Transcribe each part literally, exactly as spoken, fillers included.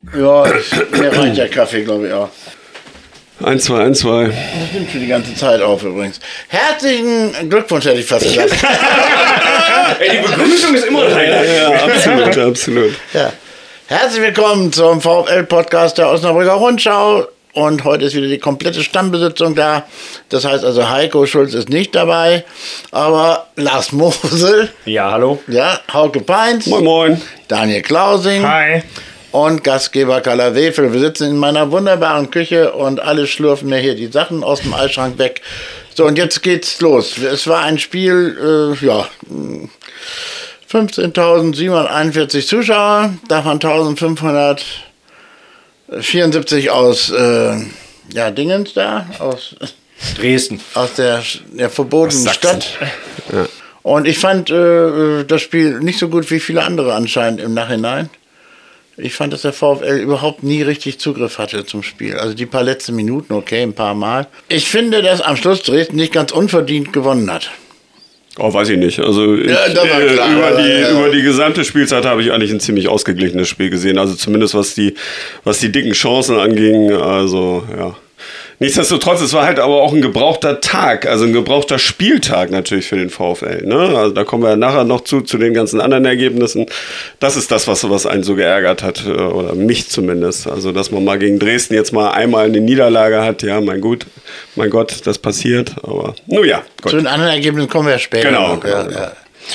Ja, mir reicht der Kaffee, glaube ich auch. eins, zwei, eins, zwei. Das nimmt schon die ganze Zeit auf übrigens. Herzlichen Glückwunsch, hätte ich fast gesagt. Ey, die Begrüßung ist immer ein Highlight. Ja, absolut, absolut. Ja. Herzlich willkommen zum VfL-Podcast der Osnabrücker Rundschau. Und heute ist wieder die komplette Stammbesitzung da. Das heißt also, Heiko Schulz ist nicht dabei, aber Lars Mosel. Ja, hallo. Ja, Hauke Peins. Moin, moin. Daniel Klausing. Hi. Und Gastgeber Carla Wefel. Wir sitzen in meiner wunderbaren Küche und alle schlürfen mir hier die Sachen aus dem Eisschrank weg. So, und jetzt geht's los. Es war ein Spiel, äh, ja, fünfzehntausendsiebenhunderteinundvierzig Zuschauer, davon eintausendfünfhundertvierundsiebzig aus, äh, ja, Dingens da, aus Dresden. Aus der, der verbotenen Aus Sachsen. Stadt. Ja. Und ich fand äh, das Spiel nicht so gut wie viele andere anscheinend im Nachhinein. Ich fand, dass der VfL überhaupt nie richtig Zugriff hatte zum Spiel. Also die paar letzten Minuten, okay, ein paar Mal. Ich finde, dass am Schluss Dresden nicht ganz unverdient gewonnen hat. Oh, weiß ich nicht. Also ich, Ja, das war äh, klar, über, aber, die, ja. über die gesamte Spielzeit habe ich eigentlich ein ziemlich ausgeglichenes Spiel gesehen. Also zumindest was die, was die dicken Chancen anging. Also ja. Nichtsdestotrotz, es war halt aber auch ein gebrauchter Tag, also ein gebrauchter Spieltag natürlich für den VfL. Ne? Also da kommen wir ja nachher noch zu, zu den ganzen anderen Ergebnissen. Das ist das, was, was einen so geärgert hat, oder mich zumindest. Also, dass man mal gegen Dresden jetzt mal einmal eine Niederlage hat, ja, mein Gott, mein Gott, das passiert. Aber, nun ja, Gott. Zu den anderen Ergebnissen kommen wir ja später. Genau, noch, ja, genau. ja.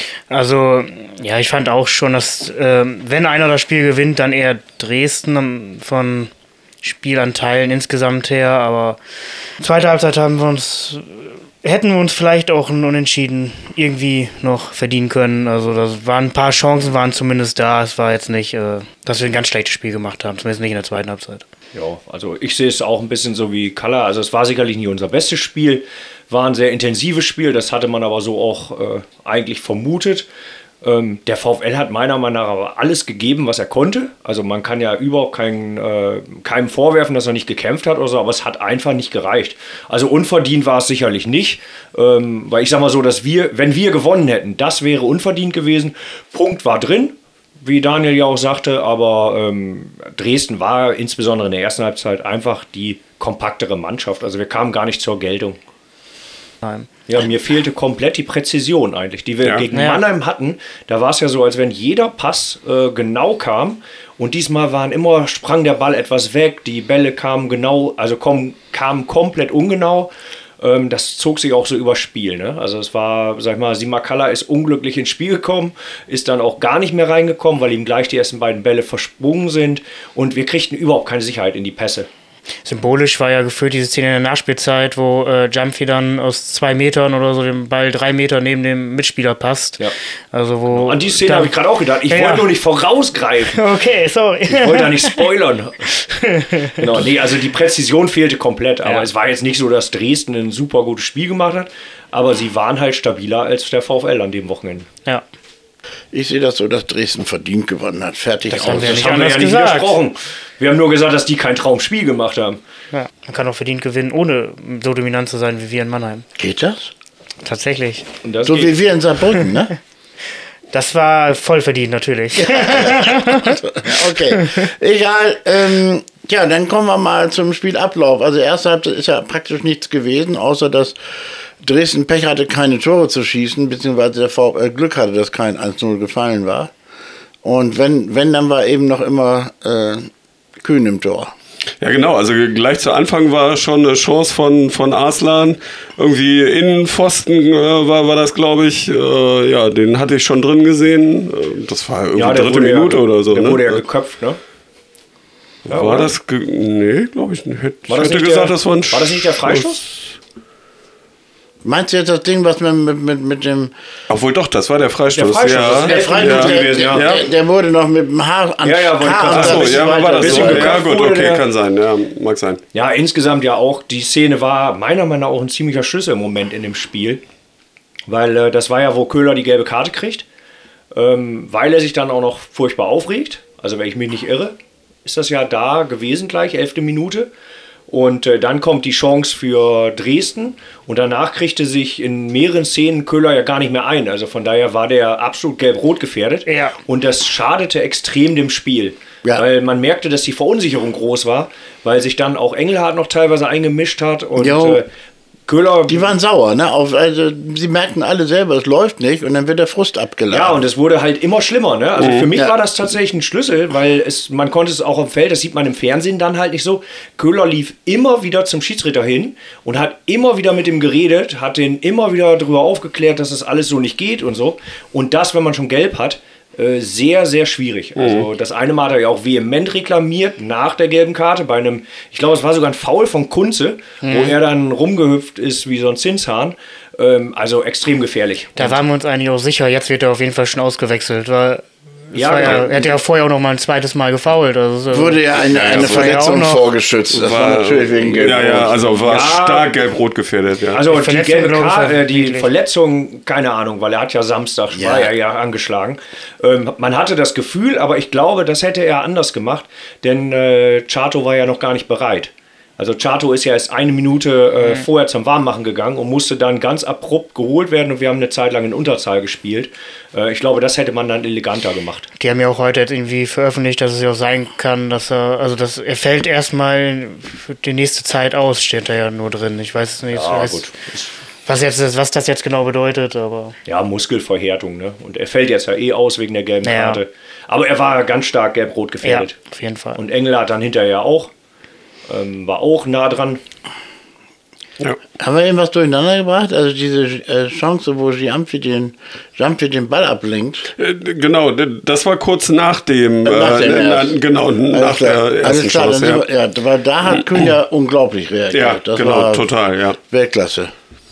Also, ja, ich fand auch schon, dass, ähm, wenn einer das Spiel gewinnt, dann eher Dresden von Spielanteilen insgesamt her. Aber zweite Halbzeit haben wir uns, hätten wir uns vielleicht auch ein Unentschieden irgendwie noch verdienen können. Also, das waren ein paar Chancen, waren zumindest da. Es war jetzt nicht, äh, dass wir ein ganz schlechtes Spiel gemacht haben, zumindest nicht in der zweiten Halbzeit. Ja, also ich sehe es auch ein bisschen so wie Kalla. Also es war sicherlich nicht unser bestes Spiel, war ein sehr intensives Spiel, das hatte man aber so auch äh, eigentlich vermutet. Ähm, der VfL hat meiner Meinung nach aber alles gegeben, was er konnte. Also man kann ja überhaupt kein, äh, keinem vorwerfen, dass er nicht gekämpft hat oder so, aber es hat einfach nicht gereicht. Also unverdient war es sicherlich nicht, ähm, weil ich sag mal so, dass wir, wenn wir gewonnen hätten, das wäre unverdient gewesen. Punkt war drin, wie Daniel ja auch sagte, aber ähm, Dresden war insbesondere in der ersten Halbzeit einfach die kompaktere Mannschaft. Also wir kamen gar nicht zur Geltung. Nein. Ja, mir fehlte komplett die Präzision eigentlich, die wir Ja. gegen Ja. Mannheim hatten. Da war es ja so, als wenn jeder Pass äh, genau kam und diesmal waren immer, sprang der Ball etwas weg, die Bälle kamen genau, also kom, kamen komplett ungenau. Ähm, das zog sich auch so übers Spiel. Ne? Also es war, sag ich mal, Simakala ist unglücklich ins Spiel gekommen, ist dann auch gar nicht mehr reingekommen, weil ihm gleich die ersten beiden Bälle versprungen sind und wir kriegten überhaupt keine Sicherheit in die Pässe. Symbolisch war ja gefühlt diese Szene in der Nachspielzeit, wo äh, Jumpy dann aus zwei Metern oder so den Ball drei Meter neben dem Mitspieler passt. Ja. Also wo An die Szene da- habe ich gerade auch gedacht. Ich Ja, wollte ja. nur nicht vorausgreifen. Okay, sorry. Ich wollte da nicht spoilern. Genau, nee, also die Präzision fehlte komplett. Aber Ja. es war jetzt nicht so, dass Dresden ein super gutes Spiel gemacht hat. Aber sie waren halt stabiler als der VfL an dem Wochenende. Ja. Ich sehe das so, dass Dresden verdient gewonnen hat. Fertig Das aus. haben wir Das nicht haben wir ja anders nicht gesagt. widersprochen. Wir haben nur gesagt, dass die kein Traumspiel gemacht haben. Ja, man kann auch verdient gewinnen, ohne so dominant zu sein wie wir in Mannheim. Geht das? Tatsächlich. Und das So geht. wie wir in Saarbrücken, ne? Das war voll verdient, natürlich. Okay, egal. Ähm, ja, dann kommen wir mal zum Spielablauf. Also erste Halbzeit ist ja praktisch nichts gewesen, außer dass Dresden Pech hatte, keine Tore zu schießen, beziehungsweise der VfL Glück hatte, dass kein eins null gefallen war. Und wenn, wenn dann war eben noch immer äh, Kühn im Tor. Ja, genau. Also gleich zu Anfang war schon eine Chance von, von Arslan. Irgendwie Innenpfosten äh, war, war das, glaube ich. Äh, ja, den hatte ich schon drin gesehen. Äh, Das war irgendwie Ja, der dritte wurde Minute ja, oder so. Der ne? wurde ja geköpft, ne? Ja, war oder? das? Ge nee, glaube ich nicht. Ich War das hätte nicht gesagt, der, das war ein War das nicht der Freistoß? Meinst du jetzt das Ding, was man mit, mit, mit dem... Obwohl doch, das war der Freistoß. Der Freistoß, ja. das ist Der Freistoß, Ja. der, gewesen, ja. der, der wurde noch mit dem Haar an Ja, ja, wollte ich Haar gerade und sagen. dann Achso, bisschen ja, war weiter. das so? bisschen Ja, geköpft gut, wurde okay, der- kann sein. Ja, mag sein. Ja, insgesamt ja auch. Die Szene war meiner Meinung nach auch ein ziemlicher Schlüsselmoment in dem Spiel. Weil äh, das war ja, wo Köhler die gelbe Karte kriegt. Ähm, weil er sich dann auch noch furchtbar aufregt. Also wenn ich mich nicht irre, ist das ja da gewesen gleich, elfte Minute. Und äh, dann kommt die Chance für Dresden. Und danach kriegte sich in mehreren Szenen Köhler ja gar nicht mehr ein. Also von daher war der absolut gelb-rot gefährdet. Ja. Und das schadete extrem dem Spiel. Ja. Weil man merkte, dass die Verunsicherung groß war, weil sich dann auch Engelhardt noch teilweise eingemischt hat und Jo. äh, Köhler. Die waren sauer, ne? Auf, also, sie merkten alle selber, es läuft nicht und dann wird der Frust abgeladen. Ja, und es wurde halt immer schlimmer. Ne? Also Mhm. für mich Ja. war das tatsächlich ein Schlüssel, weil es, man konnte es auch am Feld, das sieht man im Fernsehen dann halt nicht so. Köhler lief immer wieder zum Schiedsrichter hin und hat immer wieder mit ihm geredet, hat den immer wieder darüber aufgeklärt, dass das alles so nicht geht und so. Und das, wenn man schon gelb hat, äh, sehr, sehr schwierig. Also das eine Mal hat er ja auch vehement reklamiert nach der gelben Karte bei einem, ich glaube, es war sogar ein Foul von Kunze, wo er dann rumgehüpft ist wie so ein Zinshahn. Ähm, also extrem gefährlich. Da waren wir uns eigentlich auch sicher, jetzt wird er auf jeden Fall schon ausgewechselt, weil es Ja, war ja, genau. er hat ja vorher auch noch mal ein zweites Mal gefoult. Also es, äh, Wurde ja eine, eine das war ja Verletzung auch noch- vorgeschützt. Das war, natürlich wegen Gelb. Ja, ja, also war Ja. stark gelb-rot gefährdet, ja. Also die Verletzung, gelbe glaube ich, Karte, war äh, die wirklich- Verletzung, keine Ahnung, weil er hat ja Samstag, Ja. war er ja angeschlagen. Ähm, man hatte das Gefühl, aber ich glaube, das hätte er anders gemacht, denn äh, Chato war ja noch gar nicht bereit. Also Chato ist ja erst eine Minute äh, vorher zum Warmmachen gegangen und musste dann ganz abrupt geholt werden und wir haben eine Zeit lang in Unterzahl gespielt. Äh, ich glaube, das hätte man dann eleganter gemacht. Die haben ja auch heute jetzt irgendwie veröffentlicht, dass es ja auch sein kann, dass er, also dass er fällt erstmal für die nächste Zeit aus, steht da ja nur drin. Ich weiß es nicht, ich Ja, weiß, gut. was jetzt, was das jetzt genau bedeutet, aber Ja, Muskelverhärtung, ne? Und er fällt jetzt ja eh aus wegen der gelben Ja. Karte. Aber er war ganz stark gelb-rot ja, gefährdet. auf jeden Fall. Und Engel hat dann hinterher auch, ähm, war auch nah dran. ja. Haben wir irgendwas durcheinander gebracht? Also diese äh, Chance, wo Giampi den, Giampi den Ball ablenkt. Äh, Genau, d- das war kurz nach dem, Nach dem äh, ersten. na, genau, nach Alles klar, der alles ersten klar. Dann Chance. sind Ja, wir, ja, weil da hat Kühn ja unglaublich reagiert. ja das genau, war total, ja. Weltklasse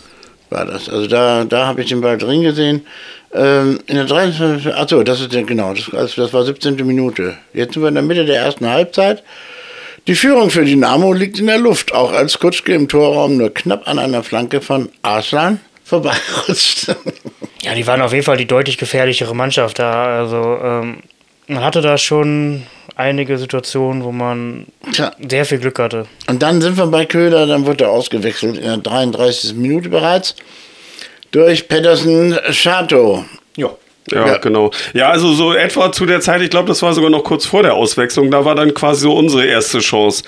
war das. Also da, da habe ich den Ball drin gesehen. Ähm, in der dreiundzwanzigsten Achso, das ist der, genau, das, also das war siebzehnte Minute. Jetzt sind wir in der Mitte der ersten Halbzeit. Die Führung für Dynamo liegt in der Luft, auch als Kutschke im Torraum nur knapp an einer Flanke von Arslan vorbeirutscht. Ja, die waren auf jeden Fall die deutlich gefährlichere Mannschaft da. Also ähm, man hatte da schon einige Situationen, wo man Tja. sehr viel Glück hatte. Und dann sind wir bei Köhler, dann wurde er ausgewechselt in der dreiunddreißigsten Minute bereits durch Pedersen Chato. Ja. Ja, Ja. genau. Ja, also so etwa zu der Zeit, ich glaube, das war sogar noch kurz vor der Auswechslung, da war dann quasi so unsere erste Chance.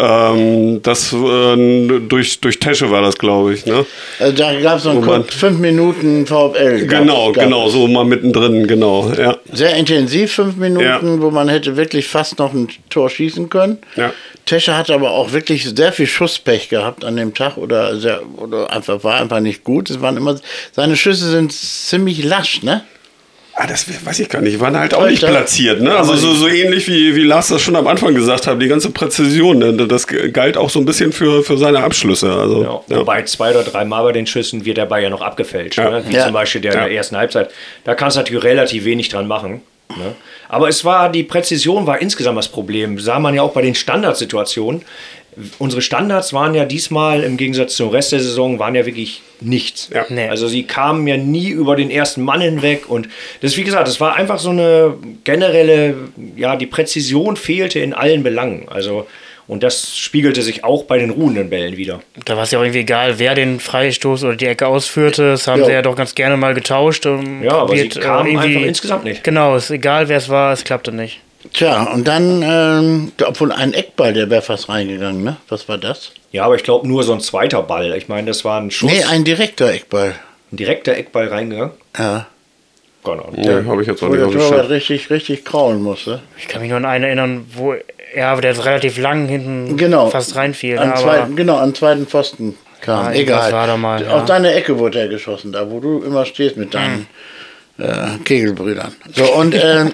Ähm, das äh, durch, durch Tesche war das, glaube ich, ne? Also da gab es noch Wo man- kurz fünf Minuten VfL. gab- Genau, gab genau, es. so mal mittendrin, genau, ja. Sehr intensiv, fünf Minuten, Ja. wo man hätte wirklich fast noch ein Tor schießen können. Ja. Tesche hat aber auch wirklich sehr viel Schusspech gehabt an dem Tag oder, sehr, oder einfach war einfach nicht gut. Es waren immer, seine Schüsse sind ziemlich lasch, ne? Ah, das weiß ich gar nicht. Die waren halt auch nicht Alter. platziert, ne? Also so, so ähnlich wie, wie Lars das schon am Anfang gesagt hat, die ganze Präzision, ne? Das galt auch so ein bisschen für, für seine Abschlüsse. Also, Ja, ja. wobei zwei oder dreimal bei den Schüssen wird der Ball ja noch abgefälscht. Ja. Ne? Wie Ja. zum Beispiel der in Ja. der ersten Halbzeit. Da kannst du natürlich relativ wenig dran machen. Ne? Aber es war, die Präzision war insgesamt das Problem. Sah man ja auch bei den Standardsituationen. Unsere Standards waren ja diesmal im Gegensatz zum Rest der Saison waren ja wirklich nichts. Ja. Nee. Also sie kamen ja nie über den ersten Mann hinweg und das, wie gesagt, das war einfach so eine generelle, ja, die Präzision fehlte in allen Belangen. Also und das spiegelte sich auch bei den ruhenden Bällen wieder. Da war es ja auch irgendwie egal, wer den Freistoß oder die Ecke ausführte. Das haben Ja. sie ja doch ganz gerne mal getauscht. Und Ja, aber sie probiert, äh, kamen irgendwie- einfach insgesamt nicht. Genau, ist egal, wer es war, es klappte nicht. Tja, und dann, ähm, obwohl ein Eckball, der wäre fast reingegangen, ne? Was war das? Ja, aber ich glaube nur so ein zweiter Ball. Ich meine, das war ein Schuss, Nee, ein direkter Eckball. ein direkter Eckball reingegangen. Ja. Keine Ahnung. Ja, habe ich jetzt auch Wo nicht der auf dem Torwart Schirm. richtig, richtig kraulen musste. Ich kann mich nur an einen erinnern, wo er, der ist relativ lang hinten Genau. fast reinfiel. Am aber zweiten, genau, am zweiten Pfosten kam. Ja, Egal. irgendwas war da mal, Auf ja. deine Ecke wurde er geschossen, da wo du immer stehst mit deinen Hm. äh, Kegelbrüdern. So, und ähm,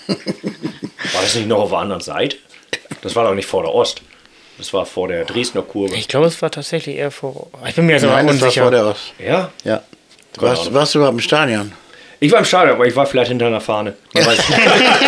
War das nicht noch auf der anderen Seite? Das war doch nicht vor der Ost. Das war vor der Dresdner Kurve. ich glaube, es war tatsächlich eher vor. Ich bin mir jetzt aber nein, das war unsicher. vor der Ost. Ja? Ja. Keine Warst, Ahnung. warst du überhaupt im Stadion? Ich war im Stadion, aber ich war vielleicht hinter einer Fahne. Man weiß nicht.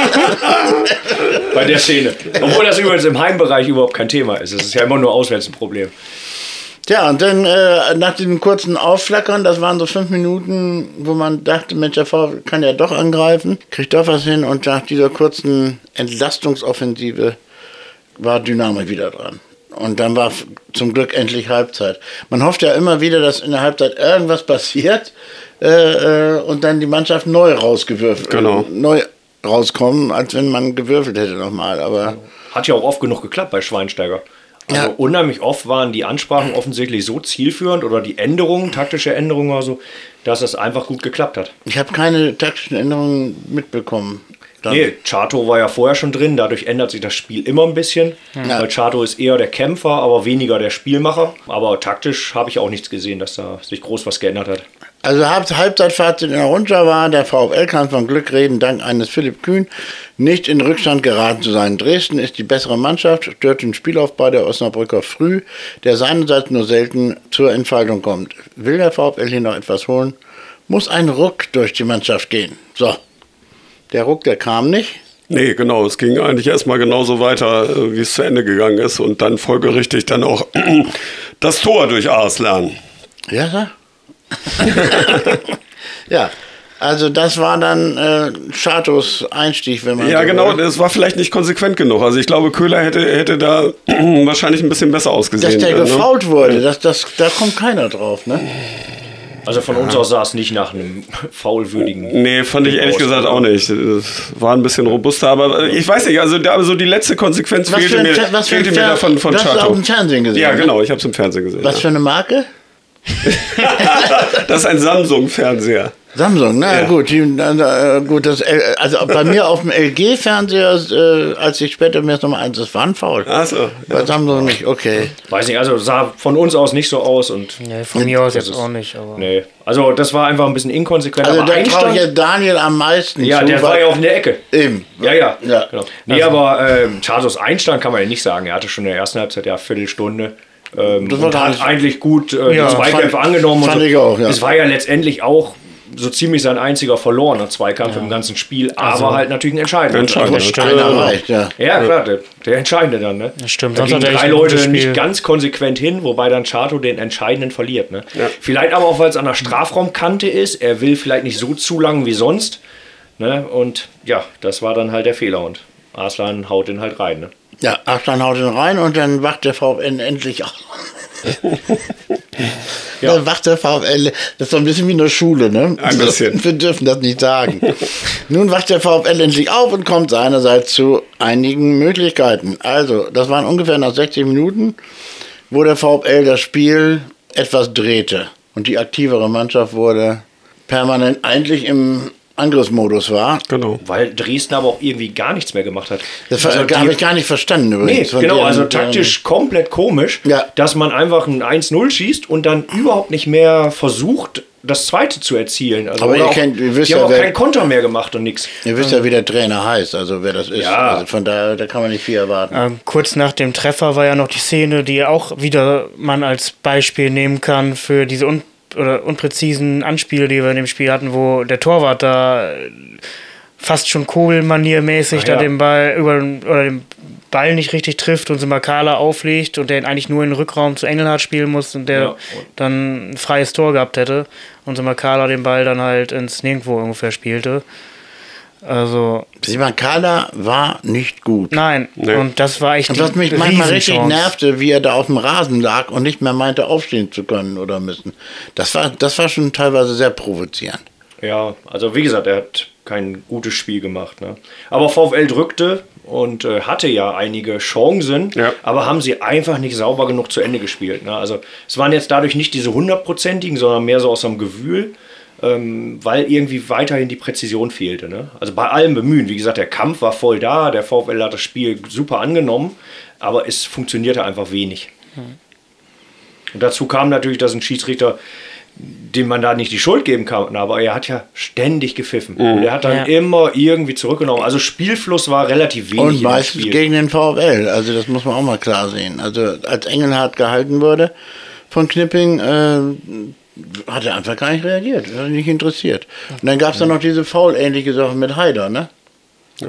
Bei der Szene. Obwohl das übrigens im Heimbereich überhaupt kein Thema ist. Es ist ja immer nur auswärts ein Problem. Ja, und dann äh, nach diesem kurzen Aufflackern, das waren so fünf Minuten, wo man dachte, Mensch, der VfL kann ja doch angreifen, kriegt doch was hin und nach dieser kurzen Entlastungsoffensive war Dynamo wieder dran. Und dann war f- zum Glück endlich Halbzeit. Man hofft ja immer wieder, dass in der Halbzeit irgendwas passiert äh, äh, und dann die Mannschaft neu rausgewürfelt, Genau. äh, neu rauskommen, als wenn man gewürfelt hätte nochmal. Aber hat ja auch oft genug geklappt bei Schweinsteiger. Also Ja. unheimlich oft waren die Ansprachen offensichtlich so zielführend oder die Änderungen, taktische Änderungen oder so, dass es einfach gut geklappt hat. ich habe keine taktischen Änderungen mitbekommen. Dann. Nee, Chato war ja vorher schon drin, dadurch ändert sich das Spiel immer ein bisschen. Ja. Weil Chato ist eher der Kämpfer, aber weniger der Spielmacher. Aber taktisch habe ich auch nichts gesehen, dass da sich groß was geändert hat. Also Halb- Halbzeitfazit in der Rundschau war, der VfL kann von Glück reden, dank eines Philipp Kühn nicht in Rückstand geraten zu sein. Dresden ist die bessere Mannschaft, stört den Spielaufbau der Osnabrücker früh, der seinerseits nur selten zur Entfaltung kommt. Will der VfL hier noch etwas holen, muss ein Ruck durch die Mannschaft gehen. So, der Ruck, der kam nicht. Nee, genau. Es ging eigentlich erstmal genauso weiter, äh, wie es zu Ende gegangen ist. Und dann folgerichtig dann auch das Tor durch Arslan. Ja, Sir? Ja, also das war dann äh, Chatos Einstieg, wenn man Ja, so genau. will. Das war vielleicht nicht konsequent genug. Also ich glaube, Köhler hätte, hätte da wahrscheinlich ein bisschen besser ausgesehen. Dass der ne? gefault wurde, das, das, da kommt keiner drauf, ne? Also von uns aus sah es nicht nach einem faulwürdigen. Nee, fand ich ehrlich aus. gesagt auch nicht. Es war ein bisschen robuster, aber ich weiß nicht, also da, so die letzte Konsequenz Was fehlte für ein mir, Fer- was für ein fehlte mir Fer- davon von das hast du Chato. auf dem Fernsehen gesehen, Ja, ne? genau, ich habe es im Fernsehen gesehen. Was für eine Marke? Das ist ein Samsung-Fernseher. Samsung, na Ja. gut, die, na, äh, gut das, L- also bei mir auf dem L G-Fernseher, äh, als ich später mir das nochmal eins, das war ein Foul. Achso. Bei Samsung nicht, okay. Weiß nicht, also sah von uns aus nicht so aus und. Nee, von mir aus jetzt ist- auch nicht. Aber Nee. Also das war einfach ein bisschen inkonsequent. Also aber da traue ich Einstand, jetzt Daniel am meisten ja, zu. der war weil- ja auch in der Ecke. Eben. Ja, ja. Ja. Genau. Nee, aber ähm, Chatos Einstand kann man ja nicht sagen. Er hatte schon in der ersten Halbzeit ja eine Viertelstunde. Ähm, Das war und gar hat nicht- eigentlich gut äh, Ja, die Zweikämpfe fand- angenommen. fand und so. ich auch, ja. Es war ja letztendlich auch so ziemlich sein einziger verlorener Zweikampf im ganzen Spiel, aber halt natürlich ein entscheidender. Entscheidender. Also, Einer reicht, ja. ja, klar, der, der Entscheidende dann. Ne? Das stimmt, Da sonst gingen hat er echt drei ein Leute gutes Spiel. nicht ganz konsequent hin, wobei dann Chato den Entscheidenden verliert. Ne? Vielleicht aber auch, weil es an der Strafraumkante ist. Er will vielleicht nicht so zu lang wie sonst. Ne? Und ja, das war dann halt der Fehler. Und Arslan haut den halt rein. Ne? Ja, Arslan haut ihn rein und dann wacht der VfL endlich auf. Ja. Dann wacht der VfL, das ist so ein bisschen wie in der Schule, ne? Ein bisschen. Wir dürfen das nicht sagen. Nun wacht der VfL endlich auf und kommt seinerseits zu einigen Möglichkeiten. Also, das waren ungefähr nach sechzig Minuten, wo der VfL das Spiel etwas drehte. Und die aktivere Mannschaft wurde permanent eigentlich im Angriffsmodus war. Genau. Weil Dresden aber auch irgendwie gar nichts mehr gemacht hat. Das Also die- habe ich gar nicht verstanden Nee, übrigens. von genau, deren- also taktisch komplett komisch, Ja. dass man einfach ein eins null schießt und dann überhaupt nicht mehr versucht, das zweite zu erzielen. Also Aber oder ihr auch, kennt- ihr wisst die ja, haben auch wer- keinen Konter mehr gemacht und nichts. Ihr wisst ja, wie der Trainer heißt, also wer das ist. Ja. Also von daher, da kann man nicht viel erwarten. Ähm, kurz nach dem Treffer war ja noch die Szene, die auch wieder man als Beispiel nehmen kann für diese un oder unpräzisen Anspiele, die wir in dem Spiel hatten, wo der Torwart da äh, fast schon Kobel-maniermäßig Ah, da ja. den Ball über oder den Ball nicht richtig trifft und Simakala auflegt und der ihn eigentlich nur in den Rückraum zu Engelhardt spielen muss und der Ja. dann ein freies Tor gehabt hätte und Simakala den Ball dann halt ins Nirgendwo ungefähr spielte. Also, Simakala war nicht gut. nein. Nee. Und das war echt Und was mich manchmal richtig Riesenchance. nervte, wie er da auf dem Rasen lag und nicht mehr meinte, aufstehen zu können oder müssen. Das war, das war schon teilweise sehr provozierend. Ja, also wie gesagt, er hat kein gutes Spiel gemacht. Ne? Aber VfL drückte und äh, hatte ja einige Chancen, Ja. aber haben sie einfach nicht sauber genug zu Ende gespielt. Ne? Also es waren jetzt dadurch nicht diese hundertprozentigen, sondern mehr so aus einem Gewühl, ähm, weil irgendwie weiterhin die Präzision fehlte. Ne? Also bei allem Bemühen, wie gesagt, der Kampf war voll da, der VfL hat das Spiel super angenommen, aber es funktionierte einfach wenig. Und dazu kam natürlich, dass ein Schiedsrichter, dem man da nicht die Schuld geben kann, aber er hat ja ständig gepfiffen. Und er hat dann Ja. immer irgendwie zurückgenommen. Also Spielfluss war relativ wenig Und im meistens Spiel. gegen den VfL. Also das muss man auch mal klar sehen. Also als Engelhardt gehalten wurde von Knipping, äh, hat er einfach gar nicht reagiert. Er hat nicht interessiert. Und dann gab es dann noch diese Foul-ähnliche Sache mit Haider, ne? Ja.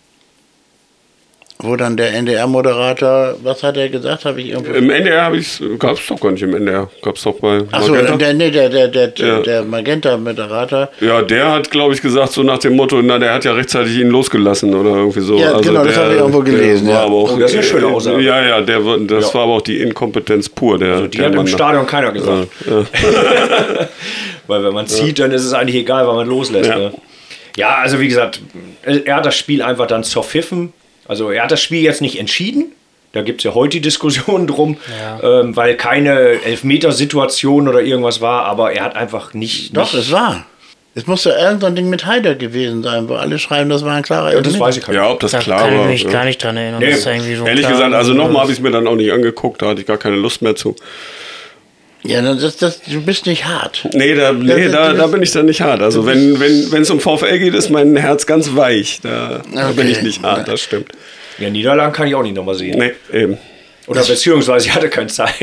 Wo dann der N D R-Moderator, was hat er gesagt? Habe ich irgendwo. Im N D R habe ich gab es doch gar nicht im N D R. Gab es doch bei Achso, Magenta. der, nee, der, der, der, Ja. der Magenta-Moderator. Ja, der hat, glaube ich, gesagt, so nach dem Motto, na, der hat ja rechtzeitig ihn losgelassen oder irgendwie so. Ja, genau, das der, habe ich irgendwo gelesen, der ja. War aber auch, Oh, das ist eine schöne Aussage. Ja, ja, der, war- das Ja. war aber auch die Inkompetenz pur. Der, Also die der hat im Mann da. Stadion keiner gesagt. Weil wenn man zieht, dann ist es eigentlich egal, weil man loslässt. Ja. Ne? Ja, also wie gesagt, er hat das Spiel einfach dann zerpfiffen. Also er hat das Spiel jetzt nicht entschieden. Da gibt es ja heute die Diskussion drum, ja. ähm, weil keine Elfmetersituation oder irgendwas war, aber er hat einfach nicht... Doch, nicht es war. Es muss ja irgendein Ding mit Haider gewesen sein, wo alle schreiben, das war ein klarer Ja, das weiß ich halt. Ja, ob das da klar kann war. ich mich ja. gar nicht dran erinnern. Nee, das ist irgendwie so ehrlich klar, gesagt, also nochmal habe ich es mir dann auch nicht angeguckt, da hatte ich gar keine Lust mehr zu. Ja, das, das, du bist nicht hart. Nee, da, nee, das, da, das, da bin ich dann nicht hart. Also wenn wenn wenn, es um VfL geht, ist mein Herz ganz weich. Da, okay. da bin ich nicht hart, das stimmt. Ja, Niederlagen kann ich auch nicht nochmal sehen. Nee, eben. Oder beziehungsweise ich hatte keine Zeit.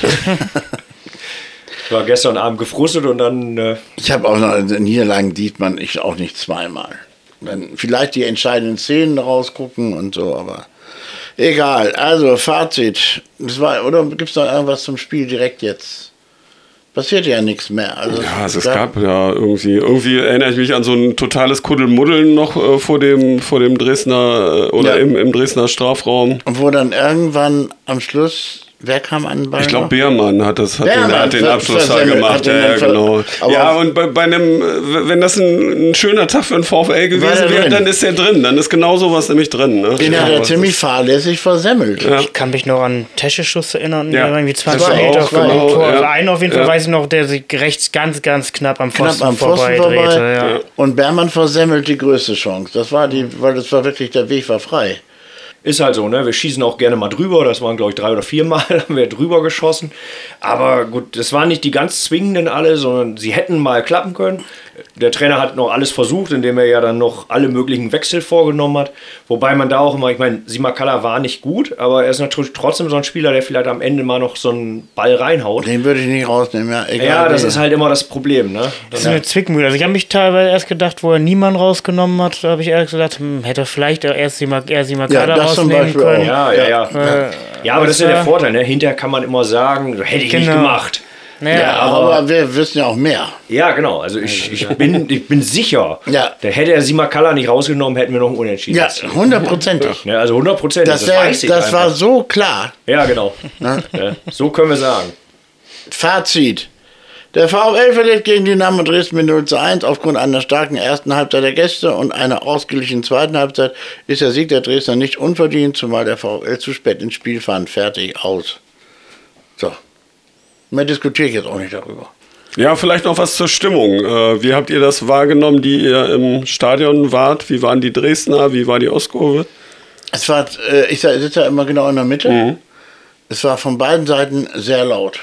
Ich war gestern Abend gefrustet und dann... Äh ich habe auch noch, Niederlagen sieht man ich auch nicht zweimal. Wenn vielleicht die entscheidenden Szenen rausgucken und so, aber egal. Also Fazit. Das war, oder gibt es noch irgendwas zum Spiel direkt jetzt? Passiert ja nichts mehr. Also ja, also es gab, gab ja irgendwie, irgendwie erinnere ich mich an so ein totales Kuddelmuddeln noch äh, vor dem, vor dem Dresdner äh, oder ja. im, im Dresdner Strafraum. Und wo dann irgendwann am Schluss, wer kam an den Ball? Ich glaube, Beermann hat, das, hat, Beermann den, hat den Abschluss da gemacht. Ja, ja, genau. Ja, und bei, bei einem, wenn das ein, ein schöner Tag für den VfL gewesen wäre, dann ist der drin. Dann ist genau sowas nämlich drin. Ne? Den ja, hat er ziemlich fahrlässig versemmelt. Ja. Ich kann mich noch an Tescheschuss erinnern, ja. der irgendwie zwanzig Meter vor dem Tor. Also einen auf jeden Fall ja. weiß ich noch, der sich rechts ganz, ganz knapp am Pfosten, knapp am Pfosten vorbei drehte. Ja. Und Beermann versemmelt die größte Chance. Das war die, weil das war wirklich, der Weg war frei. Ist halt so, ne? Wir schießen auch gerne mal drüber. Das waren, glaube ich, drei oder vier Mal haben wir drüber geschossen. Aber gut, das waren nicht die ganz zwingenden alle, sondern sie hätten mal klappen können. Der Trainer hat noch alles versucht, indem er ja dann noch alle möglichen Wechsel vorgenommen hat. Wobei man da auch immer, ich meine, Simakala war nicht gut, aber er ist natürlich trotzdem so ein Spieler, der vielleicht am Ende mal noch so einen Ball reinhaut. Den würde ich nicht rausnehmen, ja. Egal ja, das ist halt immer das Problem, ne? Das ist eine Zwickmühle. Also ich habe mich teilweise erst gedacht, wo er niemanden rausgenommen hat, da habe ich erst gedacht, hm, hätte er vielleicht erst Simakala ja, rausnehmen können. Ja, ja, ja. Äh, ja, aber das ist ja der Vorteil, ne? Hinterher kann man immer sagen, hätte ich genau. nicht gemacht. Ja, ja, aber, aber wir wissen ja auch mehr. Ja, genau. Also ich, ich, bin, ich bin sicher, ja. da hätte er Simakala nicht rausgenommen, hätten wir noch einen Unentschieden. Ja, hundertprozentig. Ja, also hundertprozentig. Das, das, weiß ich das war so klar. Ja, genau. Ja, so können wir sagen. Fazit. Der VfL verliert gegen Dynamo Dresden mit null zu eins. Aufgrund einer starken ersten Halbzeit der Gäste und einer ausgeglichenen zweiten Halbzeit ist der Sieg der Dresdner nicht unverdient, zumal der VfL zu spät ins Spiel fand. Fertig, aus. So. Mehr diskutiere ich jetzt auch nicht darüber. Ja, vielleicht noch was zur Stimmung. Wie habt ihr das wahrgenommen, die ihr im Stadion wart? Wie waren die Dresdner? Wie war die Ostkurve? Es war, ich sitze ja immer genau in der Mitte. Mhm. Es war von beiden Seiten sehr laut.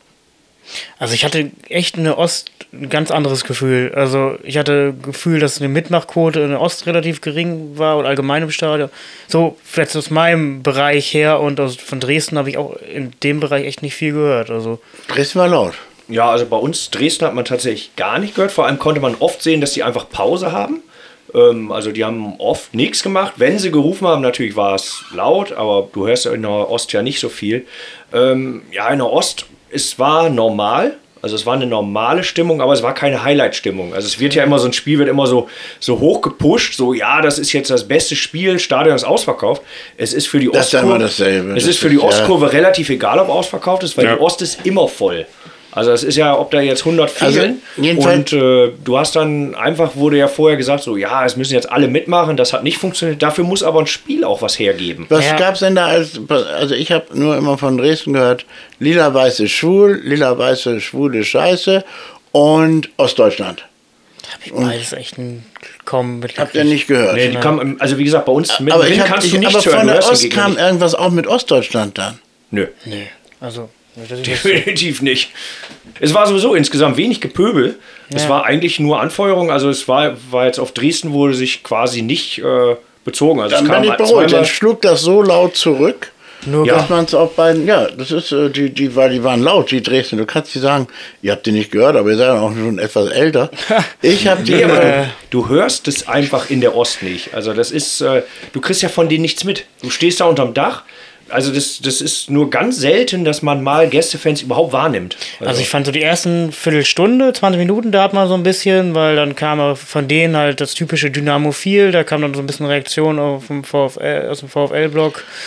Also ich hatte echt eine Ost ein ganz anderes Gefühl. Also ich hatte das Gefühl, dass eine Mitmachquote in der Ost relativ gering war und allgemein im Stadion. So, vielleicht aus meinem Bereich her und aus, von Dresden habe ich auch in dem Bereich echt nicht viel gehört. Also Dresden war laut. Ja, also bei uns Dresden hat man tatsächlich gar nicht gehört. Vor allem konnte man oft sehen, dass die einfach Pause haben. Ähm, also die haben oft nichts gemacht. Wenn sie gerufen haben, natürlich war es laut, aber du hörst in der Ost ja nicht so viel. Ähm, ja, in der Ost, es war normal. Also es war eine normale Stimmung, aber es war keine Highlight-Stimmung. Also es wird ja immer, so ein Spiel wird immer so, so hoch gepusht, so ja, das ist jetzt das beste Spiel, Stadion ist ausverkauft. Es ist für die das Ostkurve, ist dasselbe. es das ist für die ist, Ostkurve ja. relativ egal, ob ausverkauft ist, weil ja. die Ost ist immer voll. Also es ist ja, ob da jetzt hundert fehlen also, und äh, du hast dann einfach, wurde ja vorher gesagt, so ja, es müssen jetzt alle mitmachen, das hat nicht funktioniert, dafür muss aber ein Spiel auch was hergeben. Was ja. gab es denn da als, also ich habe nur immer von Dresden gehört, lila-weiße schwul, lila-weiße schwule Scheiße und Ostdeutschland. Da habe ich beides echt kaum mitgekriegt. Habt ihr nicht gehört? Nee, die kam, also wie gesagt, bei uns mit aber ich hab, kannst ich, du nicht aber hören. von der Ost kam irgendwas auch mit Ostdeutschland dann. Nö. Nee, also... Definitiv nicht. Es war sowieso insgesamt wenig Gepöbel. Ja. Es war eigentlich nur Anfeuerung. Also es war, war jetzt auf Dresden wurde sich quasi nicht äh, bezogen. Also dann es kam bin ich beruhigt. Dann schlug das so laut zurück, nur dass man es auch beiden, ja, das ist, äh, die, die, weil die waren laut, die Dresden. Du kannst die sagen, ihr habt die nicht gehört, aber ihr seid auch schon etwas älter. Ich habe die. Nee, aber du, du hörst es einfach in der Ost nicht. Also das ist, äh, du kriegst ja von denen nichts mit. Du stehst da unterm Dach. Also das, das ist nur ganz selten, dass man mal Gästefans überhaupt wahrnimmt. Also, also ich fand so die ersten Viertelstunde, zwanzig Minuten, da hat man so ein bisschen, weil dann kam von denen halt das typische Dynamophil, da kam dann so ein bisschen Reaktion auf dem VfL, aus dem VfL-Block.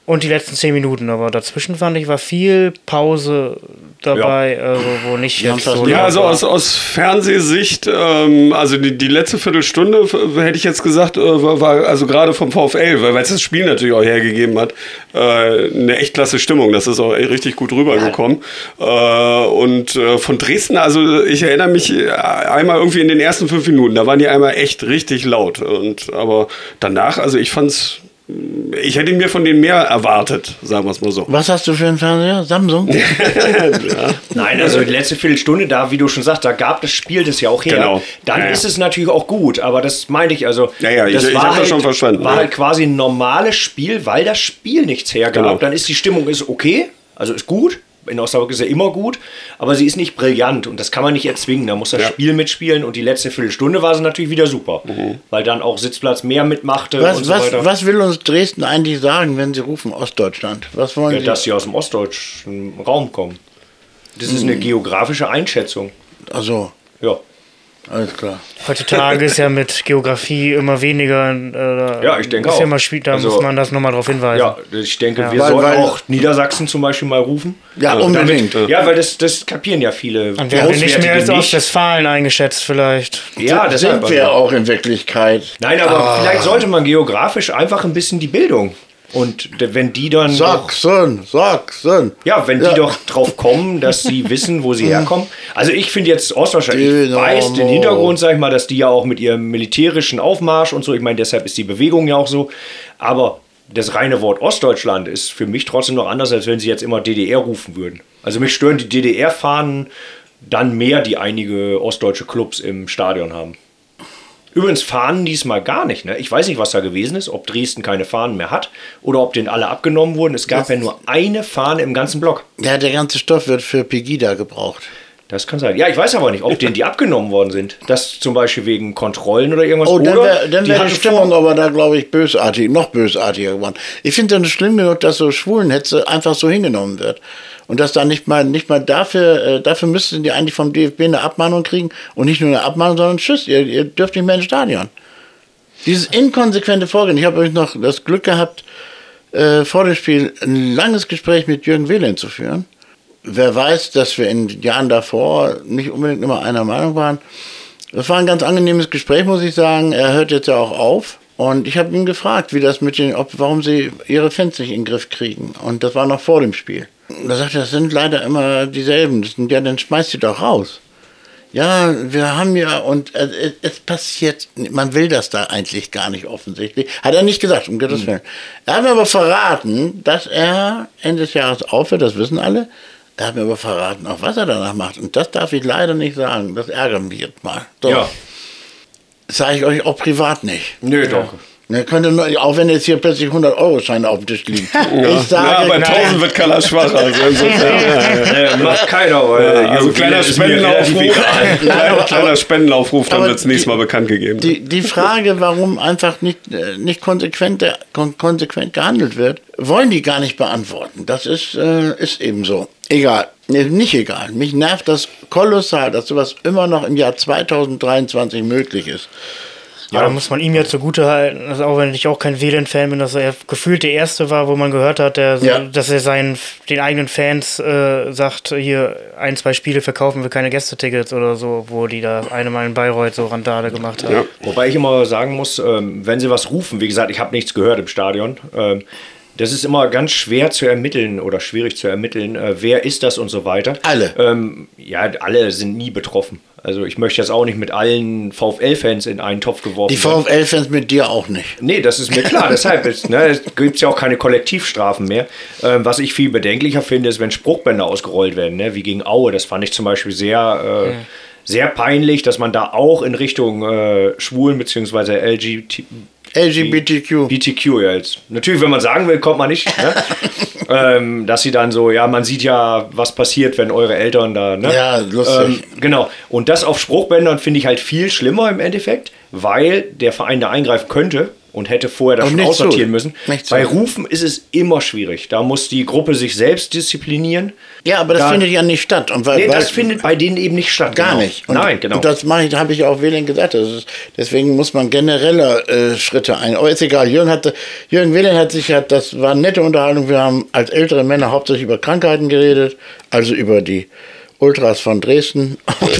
und die letzten zehn Minuten. Aber dazwischen fand ich, war viel Pause dabei, ja. also, wo nicht Ja, jetzt so... Ja, also aus, aus Fernsehsicht, ähm, also die, die letzte Viertelstunde, f- hätte ich jetzt gesagt, äh, war, war also gerade vom VfL, weil es das Spiel natürlich auch hergegeben hat, äh, eine echt klasse Stimmung. Das ist auch richtig gut rübergekommen. Ja. Äh, und äh, von Dresden, also ich erinnere mich einmal irgendwie in den ersten fünf Minuten, da waren die einmal echt richtig laut. Und, aber danach, also ich fand's, ich hätte mir von denen mehr erwartet, sagen wir es mal so. Was hast du für einen Fernseher? Samsung? Ja. Nein, also die letzte Viertelstunde, da, wie du schon sagst, da gab das Spiel das ja auch her. Genau. Dann Ja, ja. ist es natürlich auch gut, aber das meinte ich, also Ja, ja, das ich- ich war hab das halt, schon verstanden, war ja. halt quasi ein normales Spiel, weil das Spiel nichts hergab. Genau. Dann ist die Stimmung ist okay, also ist gut. In Osnabrück ist ja immer gut, aber sie ist nicht brillant und das kann man nicht erzwingen. Da muss das Ja. Spiel mitspielen und die letzte Viertelstunde war sie natürlich wieder super, weil dann auch Sitzplatz mehr mitmachte und Was, so was, weiter. was will uns Dresden eigentlich sagen, wenn sie rufen Ostdeutschland? Was wollen Ja, sie? dass sie aus dem ostdeutschen Raum kommen. Das ist eine geografische Einschätzung. Also, Ja. alles klar. Heutzutage ist ja mit Geografie immer weniger. Äh, Ja, ich denke ist auch. Ja immer schwierig, da Also- muss man das nochmal drauf hinweisen. Ja, ich denke, Ja. wir Weil- sollten weil- auch Niedersachsen zum Beispiel mal rufen. Ja, Äh, unbedingt. Damit, ja, weil das, das kapieren ja viele. Dann werden wir nicht mehr als Auswärtige Ostwestfalen eingeschätzt vielleicht. Ja, deshalb. Sind wir also. auch in Wirklichkeit. Nein, aber Ah. vielleicht sollte man geografisch einfach ein bisschen die Bildung. Und d- wenn die dann. Doch, Sachsen, Sachsen. ja, wenn die Ja. doch drauf kommen, dass sie wissen, wo sie herkommen. Also ich finde jetzt Ostdeutschland, ich Dynamo. weiß den Hintergrund, sag ich mal, dass die ja auch mit ihrem militärischen Aufmarsch und so, ich meine, deshalb ist die Bewegung ja auch so. Aber das reine Wort Ostdeutschland ist für mich trotzdem noch anders, als wenn sie jetzt immer D D R rufen würden. Also mich stören die D D R-Fahnen dann mehr, die einige ostdeutsche Clubs im Stadion haben. Übrigens Fahnen diesmal gar nicht. Ne? Ich weiß nicht, was da gewesen ist, ob Dresden keine Fahnen mehr hat oder ob denen alle abgenommen wurden. Es gab Das- ja nur eine Fahne im ganzen Block. Ja, der ganze Stoff wird für Pegida gebraucht. Das kann sein. Ja, ich weiß aber nicht, ob denen die abgenommen worden sind. Das zum Beispiel wegen Kontrollen oder irgendwas. Oh, dann oder wäre dann die wär die hatten Stimmung vor- aber da, glaube ich, bösartig, noch bösartiger geworden. Ich finde es schlimm genug, dass so Schwulenhetze einfach so hingenommen wird. Und dass da nicht mal, nicht mal dafür, äh, dafür müssten die eigentlich vom D F B eine Abmahnung kriegen. Und nicht nur eine Abmahnung, sondern tschüss, ihr, ihr dürft nicht mehr ins Stadion. Dieses inkonsequente Vorgehen. Ich habe euch noch das Glück gehabt, äh, vor dem Spiel ein langes Gespräch mit Jürgen Wehlen zu führen. Wer weiß, dass wir in den Jahren davor nicht unbedingt immer einer Meinung waren. Das war ein ganz angenehmes Gespräch, muss ich sagen. Er hört jetzt ja auch auf. Und ich habe ihn gefragt, wie das mit den, ob, warum sie ihre Fans nicht in den Griff kriegen. Und das war noch vor dem Spiel. Und da sagte er, das sind leider immer dieselben. Das sind, ja, dann schmeißt sie doch raus. Ja, wir haben ja, und äh, es passiert, man will das da eigentlich gar nicht offensichtlich. Hat er nicht gesagt, um Gottes Willen. Er hat mir aber verraten, dass er Ende des Jahres aufhört, das wissen alle. Er hat mir aber verraten, auch was er danach macht. Und das darf ich leider nicht sagen. Das ärgert mich jetzt mal. So. Ja. Das sage ich euch auch privat nicht. Nö, doch. Ne, könnte nur, auch wenn jetzt hier plötzlich hundert-Euro-Scheine auf dem Tisch liegen. Ich sage, Ja, bei tausend wird keiner schwach. Also insofern, ja, ja. Äh, macht keiner, weil Ja, also Jürgen kleiner Wehlen ist mir relativ Spendenaufruf, egal. kleiner, kleiner Spendenaufruf, dann aber wird es nächstes die- Mal bekannt gegeben. Die, die Frage, warum einfach nicht, äh, nicht konsequent, kon konsequent gehandelt wird, wollen die gar nicht beantworten. Das ist, äh, ist eben so. Egal. Nee, nicht egal. Mich nervt das kolossal, dass sowas immer noch im Jahr zweitausenddreiundzwanzig möglich ist. Ja, da muss man ihm ja zugute halten, dass auch wenn ich auch kein Wehlen-Fan bin, dass er gefühlt der Erste war, wo man gehört hat, der, so- Ja. dass er seinen den eigenen Fans äh, sagt, hier ein, zwei Spiele verkaufen wir keine Gästetickets oder so, wo die da eine Mal in Bayreuth so Randale gemacht haben. Ja. Wobei ich immer sagen muss, ähm, wenn sie was rufen, wie gesagt, ich habe nichts gehört im Stadion, ähm, das ist immer ganz schwer zu ermitteln oder schwierig zu ermitteln, äh, wer ist das und so weiter. Alle. Ähm, ja, alle sind nie betroffen. Also ich möchte jetzt auch nicht mit allen VfL-Fans in einen Topf geworfen Die werden. VfL-Fans mit dir auch nicht. Nee, das ist mir klar. Deshalb ist, ne, es gibt ja auch keine Kollektivstrafen mehr. Ähm, was ich viel bedenklicher finde, ist, wenn Spruchbänder ausgerollt werden, ne, wie gegen Aue. Das fand ich zum Beispiel sehr, äh, sehr peinlich, dass man da auch in Richtung äh, Schwulen bzw. L G B T L G B T Q. B T Q ja jetzt. Natürlich, wenn man sagen will, kommt man nicht. Ne? ähm, dass sie dann so, ja, man sieht ja, was passiert, wenn eure Eltern da. Ne? Ja, lustig. Ähm, genau. Und das auf Spruchbändern finde ich halt viel schlimmer im Endeffekt, weil der Verein da eingreifen könnte. und hätte vorher das Und schon nicht so. aussortieren müssen. Nicht so. Bei Rufen ist es immer schwierig. Da muss die Gruppe sich selbst disziplinieren. Ja, aber das Da- findet ja nicht statt. Und weil, Nee, weil, das findet bei denen eben nicht statt. gar genau. nicht. Und, Nein, genau. Und das mache ich, habe ich auch Wählen gesagt. Das ist, deswegen muss man generelle äh, Schritte ein. Aber ist egal. Jürgen hatte, Jürgen Wählen hat sich ja, das war eine nette Unterhaltung. Wir haben als ältere Männer hauptsächlich über Krankheiten geredet, also über die Ultras von Dresden.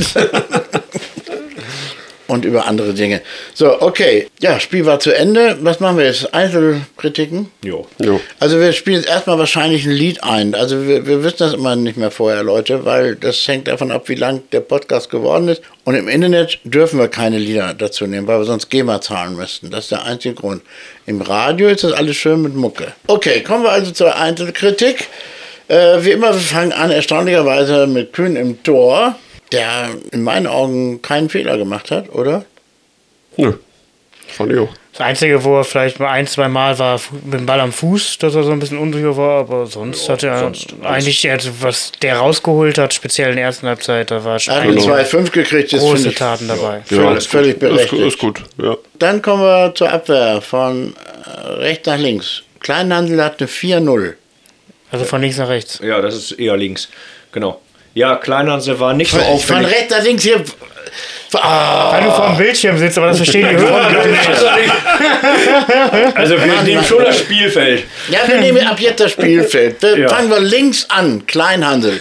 Und über andere Dinge. So, okay. Ja, Spiel war zu Ende. Was machen wir jetzt? Einzelkritiken? Jo. Jo. Also wir spielen jetzt erstmal wahrscheinlich ein Lied ein. Also wir, wir wissen das immer nicht mehr vorher, Leute, weil das hängt davon ab, wie lang der Podcast geworden ist. Und im Internet dürfen wir keine Lieder dazu nehmen, weil wir sonst GEMA zahlen müssten. Das ist der einzige Grund. Im Radio ist das alles schön mit Mucke. Okay, kommen wir also zur Einzelkritik. Äh, wie immer, wir fangen an erstaunlicherweise mit Kühn im Tor, der in meinen Augen keinen Fehler gemacht hat, oder? Nö. Fand ich auch. Das Einzige, wo er vielleicht mal ein, zwei Mal war fu- mit dem Ball am Fuß, dass er so ein bisschen unsicher war, aber sonst hat er sonst eigentlich, also was der rausgeholt hat, speziell in der ersten Halbzeit, da war schon Er hat eine Genau. zwei fünf gekriegt, das große finde ich Taten dabei. völlig, völlig Ist, berechtigt. ist gut, ja. Dann kommen wir zur Abwehr von äh, rechts nach links. Kleinhandel hat eine vier null. Also von links nach rechts. Ja, das ist eher links. Genau. Ja, Kleinhanse war nicht so Von, von auffällig. rechts nach links hier. Ah, Weil du vor dem Bildschirm sitzt, aber das verstehen die Hörer gar nicht. Also wir Mann, nehmen Mann. schon das Spielfeld. ja, wir nehmen ab jetzt das Spielfeld. Wir Ja. Fangen wir links an. Kleinhandel.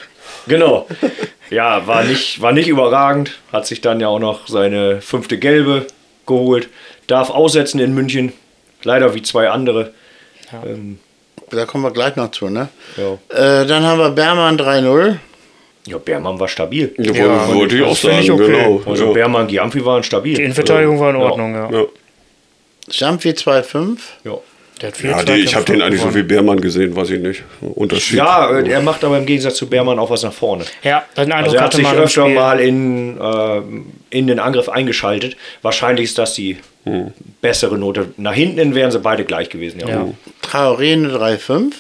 Genau. Ja, war nicht, war nicht überragend. Hat sich dann ja auch noch seine fünfte Gelbe geholt. Darf aussetzen in München. Leider wie zwei andere. Ähm, Da kommen wir gleich noch zu, ne? ja. Äh, dann haben wir Bermann drei null. ja, Bermann war stabil. Ja, Ja, wollte ich auch das finde sagen, ich okay. genau. Also ja. Bermann, Giamfi waren stabil. Die Innenverteidigung war in Ordnung, ja. Ja. Jumpy zwei fünf. Ja. Der hat viel Ja, die, Zweikampf ich habe den eigentlich so gewonnen. wie Beermann gesehen, weiß ich nicht. Unterschied. Ja, äh, er macht aber im Gegensatz zu Bermann auch was nach vorne. Ja, den Eindruck Also er hat hatte sich man im öfter Spiel. mal in, äh, in den Angriff eingeschaltet. Wahrscheinlich ist das die bessere Note. Nach hinten wären sie beide gleich gewesen. Ja, Ja. ja. Traoré eine drei fünf.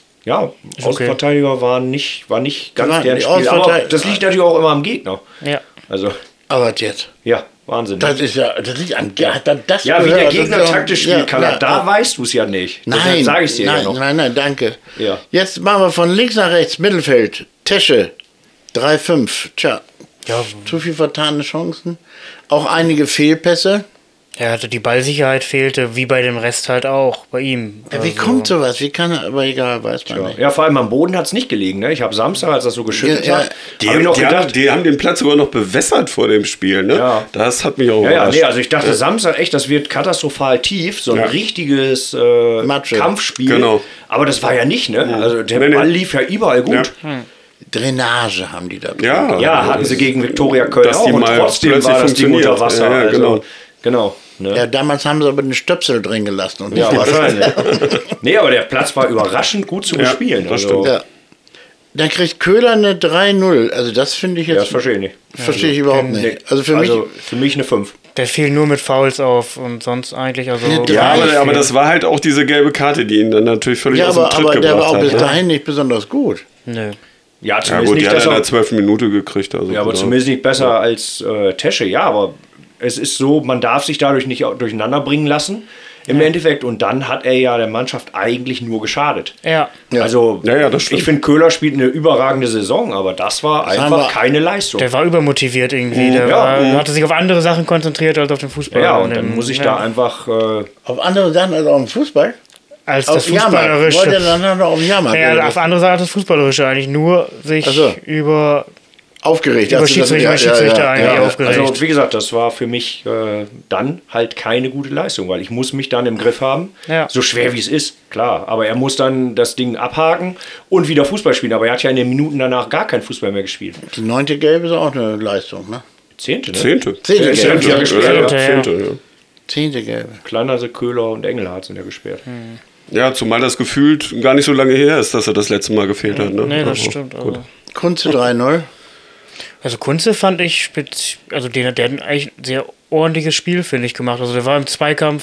ja okay. Außenverteidiger waren nicht, war nicht ganz waren deren die Spiel. Aber Außenverteidiger- das liegt natürlich auch immer am Gegner. Ja. Also, Aber was jetzt? ja, Wahnsinn. Das ist ja, das liegt an, hat er das ja, wie gehört? der Das Gegner ist ja- taktisch spielt, ja, kann ja, er. Da weißt du es ja nicht. Nein, sage ich dir nein, ja noch. nein, nein, danke. Ja. Jetzt machen wir von links nach rechts, Mittelfeld, Tesche, drei fünf. Tja, Ja, zu viel vertane Chancen. Auch einige Fehlpässe. er hatte die Ballsicherheit fehlte, wie bei dem Rest halt auch, bei ihm. Ja, wie Also, kommt sowas? Wie kann er, aber egal, weiß man nicht. Ja, vor allem am Boden hat es nicht gelegen. Ne? Ich habe Samstag, als das so geschüttet Ja, ja. hat, Die, habe ich noch die, gedacht, haben, die haben den Platz sogar noch bewässert vor dem Spiel. Ne? Ja. Das hat mich auch Ja, ja, überrascht. nee, also ich dachte Samstag echt, das wird katastrophal tief, so ein Ja. richtiges äh, Matsche. Kampfspiel. Genau. Aber das war ja nicht, ne? Also der Nee, nee. Ball lief ja überall gut. Ja. Drainage haben die da. drin. Ja. Ja, hatten sie gegen Viktoria Köln Dass auch die und mal trotzdem plötzlich war das Ding funktioniert. unter Wasser. Ja, ja, also, genau. genau. Ne? Ja, damals haben sie aber den Stöpsel drin gelassen. Und Ja, nicht Wasser. wahrscheinlich. Nee, aber der Platz war überraschend gut zu Ja, bespielen. das also, stimmt. Ja. Dann kriegt Köhler eine drei null. Also das finde ich Ja, jetzt. das verstehe ich nicht. verstehe ich überhaupt Nee, nicht. Also für also mich. für mich eine fünf. Der fiel nur mit Fouls auf und sonst eigentlich, also. Ja, Ja, aber, Drei, aber das war halt auch diese gelbe Karte, die ihn dann natürlich völlig Ja, aus dem aber, Tritt aber der gebracht war auch hat. bis ne? dahin nicht besonders gut. Nö. Ja, Ja zumindest gut, die nicht, hat dass er in er, der zwölften Minute gekriegt. Also ja, aber genau. zumindest nicht besser als äh, Tesche. Ja, aber es ist so, man darf sich dadurch nicht au- durcheinander bringen lassen im Endeffekt. Und dann hat er ja der Mannschaft eigentlich nur geschadet. Ja. Ja. Also Ja, ja, das stimmt. ich finde, Köhler spielt eine überragende Saison, aber das war haben einfach wir- keine Leistung. Der war übermotiviert irgendwie. Der Ja, war, mhm. hatte sich auf andere Sachen konzentriert als auf den Fußball. ja, und dann dem- muss ich ja. da einfach... Äh, Auf andere Sachen als auf dem Fußball. Als Auf das Jahrmarkt. Wollte er Fußballerische. dann noch auf dem Jahrmarkt? Ja, oder auf was? andere Seite das Fußballerische eigentlich nur sich Ach so. über, Aufgeregt. über hast du das- Schiedsrichter, ja, ja, Schiedsrichter ja, eigentlich ja. aufgeregt. Also wie gesagt, das war für mich äh, dann halt keine gute Leistung, weil ich muss mich dann im Griff haben, Ja. so schwer wie es ist, klar. Aber er muss dann das Ding abhaken und wieder Fußball spielen. Aber er hat ja in den Minuten danach gar kein Fußball mehr gespielt. Die neunte Gelbe ist auch eine Leistung, ne? Zehnte, ne? Zehnte. Zehnte Ja, Gelbe. ja, gespielt, ja, ja. Zehnte, ja. Zehnte Gelbe. Kleinase, Köhler und Engelhardt sind ja gesperrt. Ja, zumal das gefühlt gar nicht so lange her ist, dass er das letzte Mal gefehlt hat. Ne? nee, das Also, stimmt. gut. Also, Kunze drei null. also Kunze fand ich, spezi- also den, der hat eigentlich ein sehr ordentliches Spiel, finde ich, gemacht. Also der war im Zweikampf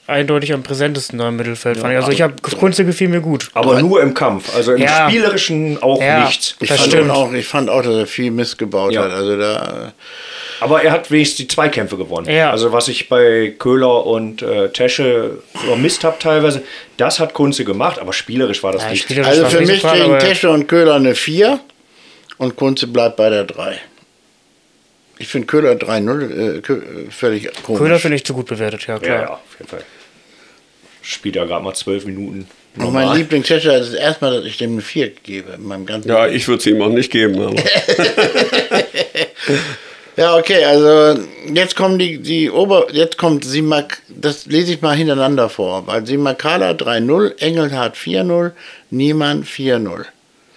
eindeutig am präsentesten da im Mittelfeld. fand ich. Also ich habe Kunze gefiel mir gut. Aber nur im Kampf, also im Ja. Spielerischen auch Ja. nichts. Ich Das fand, stimmt. auch, ich fand auch, dass er viel Mist gebaut Ja. hat. Also da, Aber er hat wenigstens die Zweikämpfe gewonnen. Ja. Also was ich bei Köhler und äh, Tesche vermisst habe teilweise, das hat Kunze gemacht, aber spielerisch war das Ja, nicht. spielerisch also war's für nicht so mich prall, kriegen aber- Tesche und Köhler eine vier und Kunze bleibt bei der drei. Ich finde Köhler drei null äh, Kö- völlig komisch. Köhler finde ich zu gut bewertet, ja Ja, klar. ja, auf jeden Fall. Spielt ja gerade mal zwölf Minuten. Und mein Lieblings-Tesche ist das erste Mal, dass ich dem eine vier gebe. In meinem ganzen Ja, ich würde es ihm auch nicht geben. Aber Ja, okay, also jetzt kommen die, die Ober, jetzt kommt Simak, das lese ich mal hintereinander vor, weil Simakala drei null, Engelhardt vier null, Niemann vier null.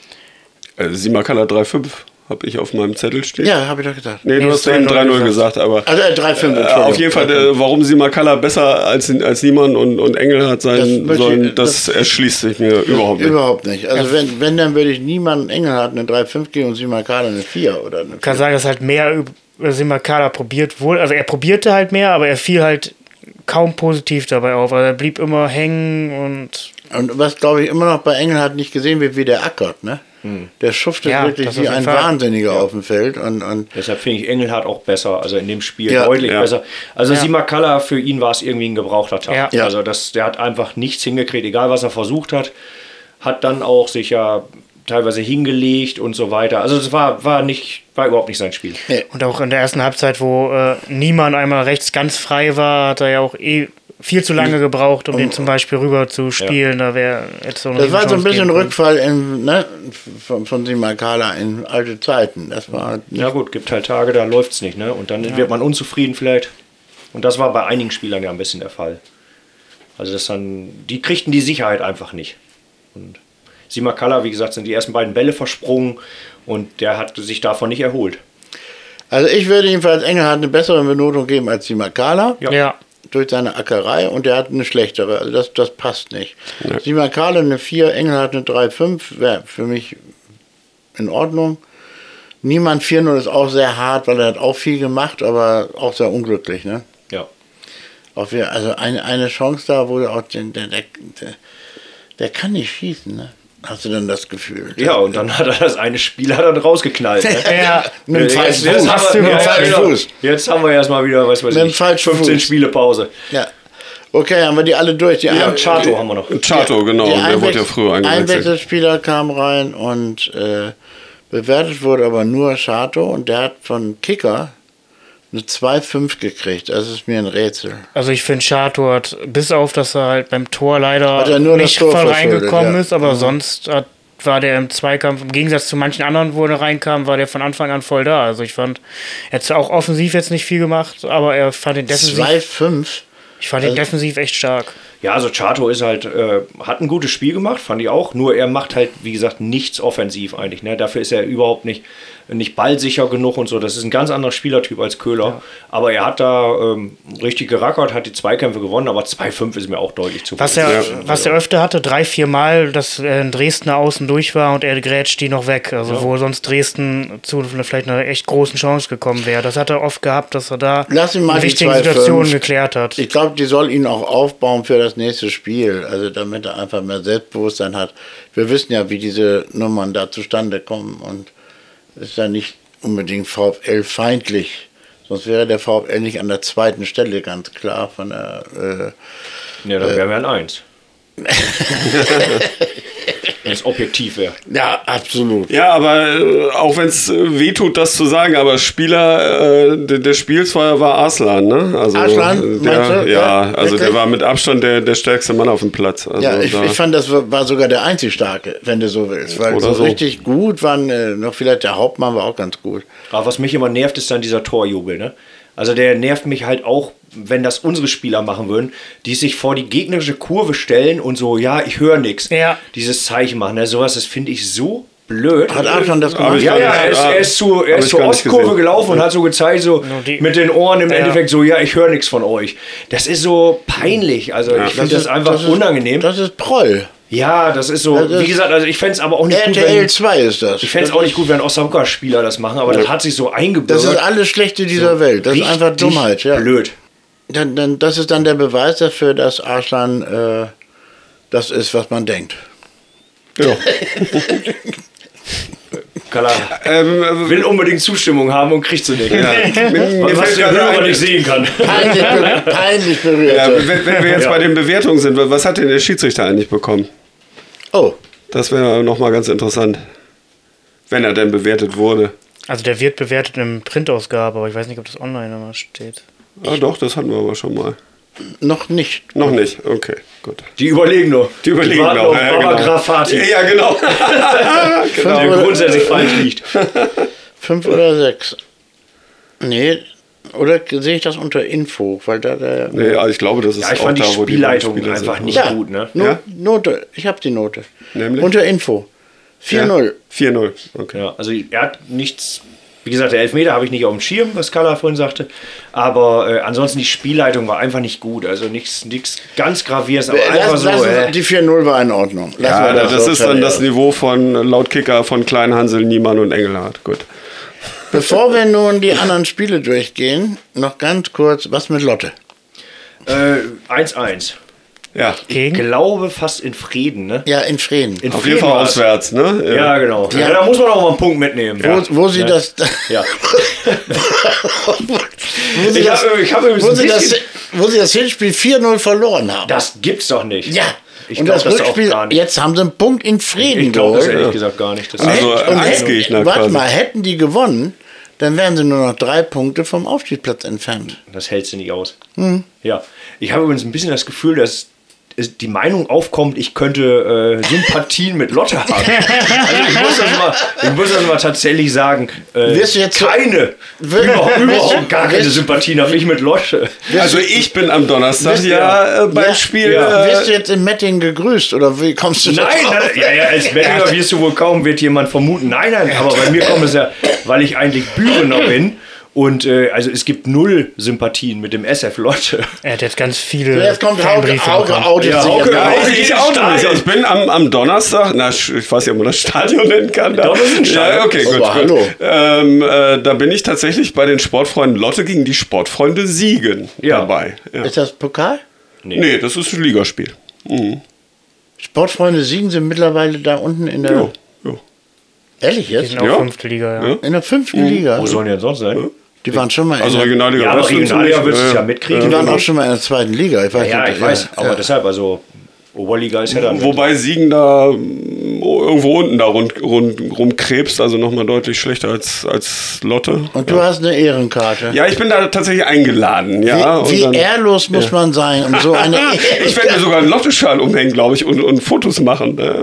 äh, Simakala drei fünf habe ich auf meinem Zettel stehen. Ja, habe ich doch gesagt. Nee, du Nee, hast drei eben null drei null gesagt. gesagt, aber Also äh, drei fünf, äh, auf jeden Fall, äh, warum Simakala besser als, als Niemann und, und Engelhardt sein Das möchte ich- sollen, das, das- erschließt sich mir überhaupt nicht. Überhaupt nicht. Also wenn, wenn, dann würde ich Niemann und Engelhardt eine drei fünf geben und Simakala eine vier oder eine Kann vier. sagen, dass halt mehr über Simakala probiert wurde. Also er probierte halt mehr, aber er fiel halt kaum positiv dabei auf. Also er blieb immer hängen und Und was, glaube ich, immer noch bei Engelhardt nicht gesehen wird, wie der ackert, ne? Der schuftet Ja, wirklich das wie auf jeden ein Fall. Wahnsinniger auf dem Feld. Und, und Deshalb finde ich Engelhardt auch besser, also in dem Spiel Ja. deutlich Ja. besser. Also Ja. Simakala, für ihn war es irgendwie ein gebrauchter Tag. Ja. Ja. Also das, der hat einfach nichts hingekriegt, egal was er versucht hat. Hat dann auch sich ja teilweise hingelegt und so weiter. Also das war, war, nicht, war überhaupt nicht sein Spiel. Und auch in der ersten Halbzeit, wo äh, Niemann einmal rechts ganz frei war, hat er ja auch eh viel zu lange gebraucht, um den zum Beispiel rüber zu spielen. Da wäre jetzt so eine das war so ein Riesenchance bisschen geben können. Rückfall in, ne, von, von Simakala in alte Zeiten. Das war Ja gut, gibt halt Tage, da läuft es nicht, ne? Und dann wird man unzufrieden vielleicht. Und das war bei einigen Spielern ja ein bisschen der Fall. Also das dann, die kriegten die Sicherheit einfach nicht. Und Simakala, wie gesagt, sind die ersten beiden Bälle versprungen und der hat sich davon nicht erholt. Also ich würde jedenfalls Engelhardt eine bessere Benotung geben als Simakala Ja. Ja. durch seine Ackerei und der hat eine schlechtere. Also das, das passt nicht. Simakala eine vier, Engelhardt eine drei fünf, wäre für mich in Ordnung. Niemand vier null ist auch sehr hart, weil er hat auch viel gemacht, aber auch sehr unglücklich. Ne? Ja. Auch wir, also eine, eine Chance da, wo er auch den, der, der, der, der kann nicht schießen. Ne? Hast du denn das Gefühl? Ja, und dann hat er das eine Spiel hat er dann rausgeknallt. Ne? Ja, Mit dem Jetzt- falschen jetzt Fuß. haben Hast wir- du mit ja, dem ja, falschen genau. Fuß. Jetzt haben wir erstmal wieder, was weiß Mit dem ich, falschen fünfzehn Fuß. Spiele Pause. Ja. Okay, haben wir die alle durch. Die Ja, ein- und Chato haben wir noch. Chato, genau, die der wurde ja Einwechsel- früher eingewechselt. Einwechselspieler kam rein und äh, bewertet wurde aber nur Chato und der hat von Kicker eine zwei fünf gekriegt. Das ist mir ein Rätsel. also ich finde, Chato hat, bis auf, dass er halt beim Tor leider Hat er nur das nicht Tor voll verschuldet, reingekommen ja. ist, aber sonst hat, war der im Zweikampf, im Gegensatz zu manchen anderen, wo er reinkam, war der von Anfang an voll da. Also ich fand, er hat zwar auch offensiv jetzt nicht viel gemacht, aber er fand den defensiv, zwei fünf? ich fand den defensiv echt stark. Ja, also Chato ist halt, äh, hat ein gutes Spiel gemacht, fand ich auch. Nur er macht halt, wie gesagt, nichts offensiv eigentlich. Ne? Dafür ist er überhaupt nicht, nicht ballsicher genug und so. Das ist ein ganz anderer Spielertyp als Köhler. Ja. Aber er hat da ähm, richtig gerackert, hat die Zweikämpfe gewonnen, aber zwei fünf ist mir auch deutlich zu Was hoch. er, Ja. was er öfter hatte, drei, vier Mal, dass äh, ein Dresdner außen durch war und er grätscht die noch weg. Also wo sonst Dresden zu vielleicht einer echt großen Chance gekommen wäre. Das hat er oft gehabt, dass er da Lass ihn mal in die wichtigen zwei Situationen fünf. geklärt hat. Ich glaube, die soll ihn auch aufbauen für das nächste Spiel. Also damit er einfach mehr Selbstbewusstsein hat. Wir wissen ja, wie diese Nummern da zustande kommen und ist ja nicht unbedingt VfL feindlich. Sonst wäre der VfL nicht an der zweiten Stelle, ganz klar, von der äh, Ja, dann wären wir ein Eins. Wenn es objektiv wäre. ja, absolut. Ja, aber äh, auch wenn es äh, wehtut, das zu sagen, aber Spieler äh, de- des Spiels war, war Arslan, ne? Also, Arslan, der, meinst du? Ja, Ja, also der wirklich? war mit Abstand der, der stärkste Mann auf dem Platz. Also Ja, ich, da, ich fand, das war sogar der einzig Starke, wenn du so willst. Weil Oder so, so. richtig gut waren, äh, noch vielleicht der Hauptmann war auch ganz gut. Aber was mich immer nervt, ist dann dieser Torjubel. Ne? Also der nervt mich halt auch, wenn das unsere Spieler machen würden, die sich vor die gegnerische Kurve stellen und so, ja, ich höre nichts. Ja. Dieses Zeichen machen. Ne? Sowas, das finde ich so blöd. Hat Arslan das Hab gemacht? ich Ja, gar ja, nicht- er ist, ah, er ist, zu, er hab ist ich zur gar nicht Ostkurve gesehen. gelaufen und hat so gezeigt, so die- mit den Ohren im Ja. Endeffekt so, ja, ich höre nichts von euch. Das ist so peinlich. Also ich finde das, ist- einfach das ist, unangenehm. Das ist Proll. ja, das ist so, Das ist- wie gesagt, also ich fände es aber auch nicht gut, R T L wenn, zwei ist das. ich fände es auch nicht gut, wenn Osnabrücker-Spieler das machen, aber das hat sich so eingebürgert. Das ist alles Schlechte dieser Welt. Das ist einfach Richtig Dummheit. Ja. Blöd. dann, dann, das ist dann der Beweis dafür, dass Arslan äh, das ist, was man denkt. Ja. Kala ähm, will unbedingt Zustimmung haben und kriegt sie nicht. Ja. Mir Was fällt der gerade Hörer ein, nicht sehen kann. Peinlich, be peinlich berührt. ja, wenn, wenn wir jetzt Ja. bei den Bewertungen sind, was hat denn der Schiedsrichter eigentlich bekommen? Oh, Das wäre nochmal ganz interessant. Wenn er denn bewertet wurde. Also der wird bewertet in Printausgabe, aber ich weiß nicht, ob das online immer steht. Ah, doch, das hatten wir aber schon mal. noch nicht. Noch nicht, okay, gut. Die überlegen nur. Die überlegen warten noch. auf Ja, Baba genau. Graf Fatih, Ja, ja, genau. genau. der grundsätzlich falsch liegt. Fünf oder sechs. Nee, oder sehe ich das unter Info? Weil da, da Nee, also ich glaube, das ist Ja, ich auch fand die da, wo die Spielleitung Spieler einfach sind. nicht Ja. gut, ne? No Ja? Note, ich habe die Note. Nämlich? Unter Info. vier null. vier null, okay. Ja, also er hat nichts, wie gesagt, der Elfmeter habe ich nicht auf dem Schirm, was Kala vorhin sagte, aber äh, ansonsten die Spielleitung war einfach nicht gut, also nichts nichts ganz Gravieres, aber einfach Lass, so. lass äh, uns, die vier null war in Ordnung. Lassen Ja, wir das, so ist dann fertig das aus. Niveau von äh, laut Kicker von Kleinhansel, Niemann und Engelhardt. Gut. Bevor wir nun die anderen Spiele durchgehen, noch ganz kurz, was mit Lotte? äh, eins eins. Ja, Ich Gegen? glaube fast in Frieden, ne? Ja, in Frieden. In auf jeden Fall war's. auswärts, ne? Ja, genau. Ja, da muss man auch mal einen Punkt mitnehmen. Wo, wo sie das... Ja. wo sie Ich das, habe ich hab übrigens wo ein sie das, bisschen, wo sie das Hinspiel vier null verloren haben. das gibt's doch nicht. Ja. Ich und glaub das das auch Rückspiel, gar nicht. jetzt haben sie einen Punkt in Frieden Ich glaube das geholt. ehrlich gesagt gar nicht. Das Also, Und Eins hätten- Gegner Warte quasi. mal, hätten die gewonnen, dann wären sie nur noch drei Punkte vom Aufstiegsplatz entfernt. Das hältst du nicht aus. Hm. Ja. Ich habe übrigens ein bisschen das Gefühl, dass es- die Meinung aufkommt, ich könnte äh, Sympathien mit Lotte haben. Also ich muss das mal, ich muss das mal tatsächlich sagen. Äh, Wirst du jetzt so- keine, Wir- überhaupt, wirst du- überhaupt gar keine wirst- Sympathien habe ich mit Lotte. Also ich bin am Donnerstag Wisst ihr- ja äh, beim Ja, Spiel. ja. Äh, Wirst du jetzt in Mettingen gegrüßt oder wie kommst du da Nein, drauf? nein, ja, ja, als Berliner wirst du wohl kaum, wird jemand vermuten. Nein, nein, aber bei mir kommt es ja, weil ich eigentlich Bürener bin. Und äh, also es gibt null Sympathien mit dem S F Lotte. Er hat jetzt ganz viele Jetzt kommt Hauke, Fanbriefe Hauke bekommen. outet Ja, sich. Hauke, jetzt ja, mal. Hauke. ich, ich, jedes auch Stadion. nicht. Ich bin am, am Donnerstag, na, ich weiß nicht, ob man das Stadion nennen kann. Da. Doch, das ist ein Stadion. Ja, okay, gut. Aber gut. hallo. Ähm, äh, da bin ich tatsächlich bei den Sportfreunden Lotte gegen die Sportfreunde Siegen Ja. dabei. Ja. Ist das Pokal? Nee, das ist ein Ligaspiel. Mhm. Sportfreunde Siegen sind mittlerweile da unten in der... Jo, jo. Ehrlich Die jetzt? sind auch Ja. fünfte Liga, ja. Ja. In der fünften Liga? Wo sollen die denn sonst sein? Die waren schon mal in Also der, Regionalliga Ja, aber West sind Regionalliga ziemlich- würdest du es ja äh, mitkriegen. die waren auch schon mal in der zweiten Liga. Ich weiß Ja, nicht, ich weiß, aber ja. deshalb, also Oberliga ist ja dann. Wobei Siegen da mm, irgendwo unten da rund, rund, rumkrebst, also nochmal deutlich schlechter als, als Lotte. Und du hast eine Ehrenkarte. Ja, ich bin da tatsächlich eingeladen. Ja, wie wie und dann- ehrlos muss man sein, um so eine Ich werde mir sogar einen Lotteschal umhängen, glaube ich, und, und Fotos machen. Ne?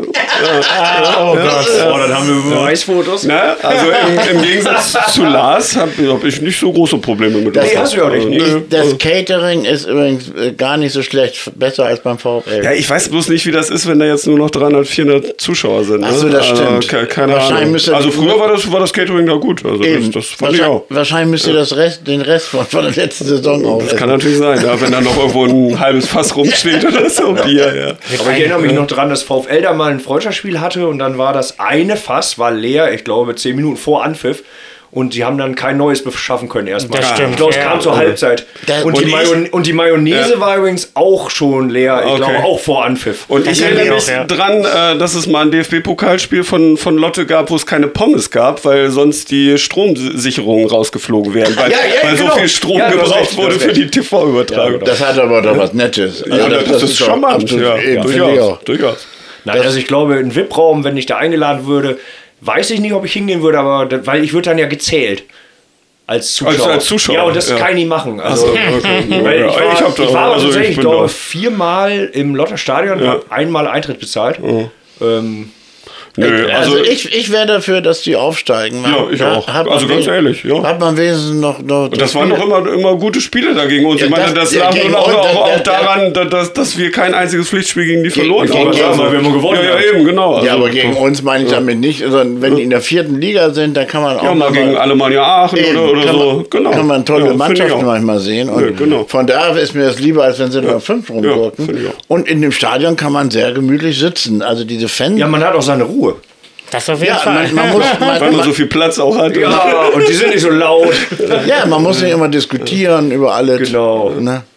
oh Gott, oh, dann haben wir Beweisfotos. Ne? Also im, im Gegensatz zu Lars habe hab ich nicht so große Probleme mit Das Lotte. hast du ja auch nicht. Also, nö. Das Catering ist übrigens äh, gar nicht so schlecht, besser als beim VfL. Ja, ich weiß bloß nicht, wie das ist, wenn da jetzt nur noch dreihundert, vierhundert Zuschauer sind. Ne? Ach so, das also, stimmt. ke- Keine Wahrscheinlich Ahnung. müsste- Also früher war das, war das Catering da gut. Also Eben. das, das fand ich wahrscheinlich, auch. wahrscheinlich müsst ihr das Rest, den Rest von, von der letzten Saison Das aufessen. kann natürlich sein, ja, wenn da noch irgendwo ein halbes Fass rumsteht oder so. Bier, ja. Aber ich erinnere mich noch dran, dass VfL da mal ein Freundschaftsspiel hatte und dann war das eine Fass, war leer, ich glaube zehn Minuten vor Anpfiff. Und sie haben dann kein neues beschaffen können erstmal. Das stimmt, Ich glaube, es ja. kam zur Halbzeit. Da- Und, und die ich- Mayon und die Mayonnaise Ja. war übrigens auch schon leer. Ich Okay. glaube, auch vor Anpfiff. Und Das ich sehen erinnere wir mich auch, ja. dran, äh, dass es mal ein D F B-Pokalspiel von, von Lotte gab, wo es keine Pommes gab, weil sonst die Stromsicherungen rausgeflogen wären, weil, Ja, ja, weil genau. so viel Strom Ja, du hast gebraucht recht, du wurde hast für recht. die T V-Übertragung. Das hat aber doch was Nettes. Also Ja, das, ist doch charmant. absolut- Ja, eben, finde ich durchaus, auch. durchaus. Nein, also ich glaube, in V I P-Raum, wenn ich da eingeladen würde, weiß ich nicht, ob ich hingehen würde, aber da- weil ich würde dann ja gezählt. Als Zuschauer. Als- als Zuschauer, Ja, und das ja. kann ich nie machen. Also, Ach so, okay. weil Ja, ich war, ich hab da- ich war aber also ich tatsächlich, ich bin glaube, da. viermal im Lotterstadion, Ja. habe einmal Eintritt bezahlt. Ähm, Nö, Also, also, ich, ich wäre dafür, dass die aufsteigen. Ja, ich auch. Hat man Also ganz wen- ehrlich, ja. Hat man wenigstens noch... noch das waren doch immer, immer gute Spiele dagegen uns. Ja, ich meine, das- das ja, lag gegen nur auch, uns, auch, auch das- das- daran, da- dass, dass wir kein einziges Pflichtspiel gegen die verloren gegen- haben. gegen- Also, weil wir immer gewonnen ja, ja, haben. eben, genau. Also, Ja, aber gegen uns meine ich damit nicht, sondern wenn die in der vierten Liga sind, dann kann man auch ja, mal noch gegen Alemannia Aachen Eben, oder, oder kann so. Man, Genau. kann man tolle Ja, finde ich Mannschaften auch. manchmal sehen. Und Ja, genau. von daher ist mir das lieber, als wenn sie nur fünf rumgurken. finde ich auch. Und in dem Stadion kann man sehr gemütlich sitzen. Also diese Fans. ja, man hat auch seine Ruhe. Das auf jeden ja, Fall. man, man muss, man, Weil man man, so viel Platz auch hat. Ja, und die sind nicht so laut. ja, man muss nicht immer diskutieren über alles. Genau. Ne?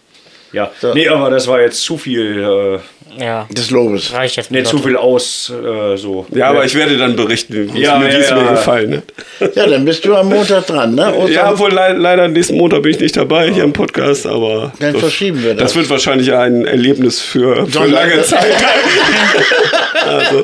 Ja, So. nee, aber das war jetzt zu viel, äh, Ja, Des Lobes. reicht jetzt. nee, mit zu Lotto. viel aus, äh, so. Ja, aber ich werde dann berichten, wie Ja, mir ja, dies ja. mir gefallen hat. Ja, dann bist du am Montag dran, ne? Ostern- Ja, obwohl le leider nächsten Montag bin ich nicht dabei hier im Podcast, aber Dann verschieben wir das. das wird wahrscheinlich ein Erlebnis für, für Sonntag- lange Zeit. also,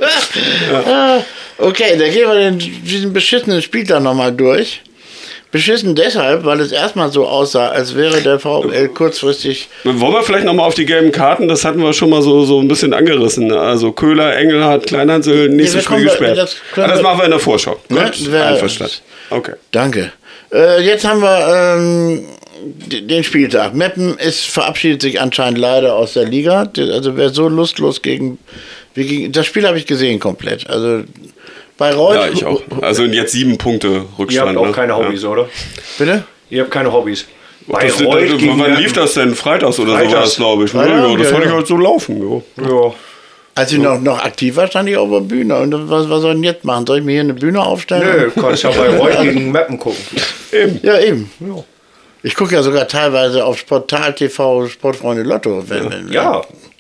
Okay, dann gehen wir den, diesen beschissenen Spieltag nochmal durch. Beschissen deshalb, weil es erstmal so aussah, als wäre der VfL kurzfristig. wollen wir vielleicht nochmal auf die gelben Karten? Das hatten wir schon mal so, so ein bisschen angerissen. Also Köhler, Engelhardt, Kleinhansel, nächstes wir kommen Spiel bei- gesperrt. das Das, können das wir- machen wir in der Vorschau. Ne, Gut, wer- einverstanden. Okay. Danke. Äh, jetzt haben wir ähm, d- den Spieltag. Meppen ist, verabschiedet sich anscheinend leider aus der Liga. Also wer so lustlos gegen. Wie gegen das Spiel habe ich gesehen komplett. Also Bayreuth. Ja, ich auch. Also jetzt sieben Punkte Ihr Rückstand. habt auch ne? keine Hobbys, Ja. oder? Bitte? Ihr habt keine Hobbys. Das, das, Bayreuth das, gegen wann Meppen. lief das denn? Freitags oder so war Freitags. das, glaube ich. Ne? Freitag, Ja, das ja, wollte ja. ich halt so laufen. Ja. Ja. Als ich noch, noch aktiv war, stand ich auf der Bühne. Und was, was soll ich denn jetzt machen? Soll ich mir hier eine Bühne aufstellen? Nö, du kannst ja Bayreuth gegen Meppen gucken. Ja, eben. Ich gucke ja sogar teilweise auf Sportal T V Sportfreunde Lotto. Wenn, wenn, Ja,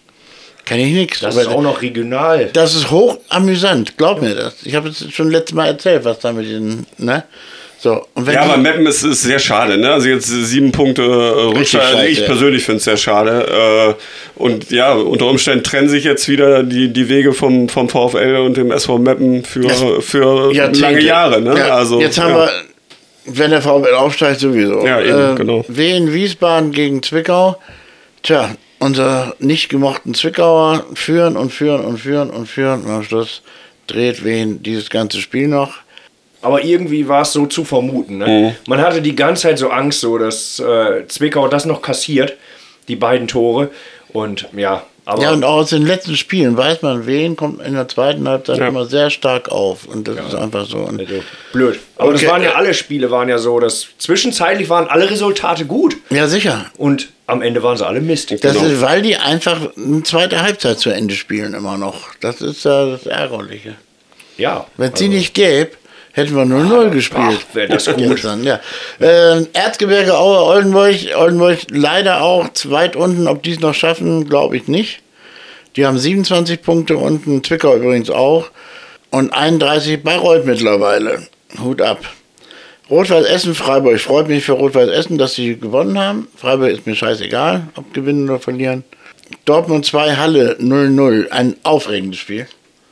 Kann ich nichts. das ist auch noch regional. Das ist hoch amüsant, glaub mir das. Ich habe es schon letztes Mal erzählt, was da mit den, ne? So, und wenn Ja, die- aber Meppen ist, ist sehr schade. Ne? Also jetzt sieben Punkte äh, Rückstand. Also scheiße, ich ja. persönlich finde es sehr schade. Äh, und ja, unter Umständen trennen sich jetzt wieder die, die Wege vom, vom VfL und dem S V Meppen für, Das- für Jahrzehnte. lange Jahre. Ne? Ja, also, jetzt haben ja. wir, wenn der VfL aufsteigt, sowieso. Ja, eben, genau. Wien, Wiesbaden gegen Zwickau. Tja, unsere nicht gemochten Zwickauer führen und führen und führen und führen. Und am Schluss dreht Wien dieses ganze Spiel noch. Aber irgendwie war es so zu vermuten. Ne? Man hatte die ganze Zeit so Angst, so dass äh, Zwickau das noch kassiert, die beiden Tore. Und ja, aber Ja, und auch aus den letzten Spielen weiß man, Wien kommt in der zweiten Halbzeit Ja. immer sehr stark auf. Und das ist einfach so. Und also, blöd. Aber Okay. das waren ja alle Spiele, waren ja so, dass zwischenzeitlich waren alle Resultate gut. ja, sicher. Und am Ende waren sie alle Mist. Das Genau. ist, weil die einfach eine zweite Halbzeit zu Ende spielen immer noch. Das ist ja das Ärgerliche. Ja. Wenn es die nicht gäbe, hätten wir null null gespielt. ach, wär das gut. Gestern, ja. Ähm, Erzgebirge, Aue, Oldenburg. Oldenburg leider auch zu weit unten. Ob die es noch schaffen, glaube ich nicht. Die haben siebenundzwanzig Punkte unten, Zwickau übrigens auch. Und einunddreißig Bayreuth mittlerweile. Hut ab. Rot-Weiß Essen, Freiburg. Freut mich für Rot-Weiß Essen, dass sie gewonnen haben. Freiburg ist mir scheißegal, ob gewinnen oder verlieren. Dortmund zwei, Halle null null. Ein aufregendes Spiel.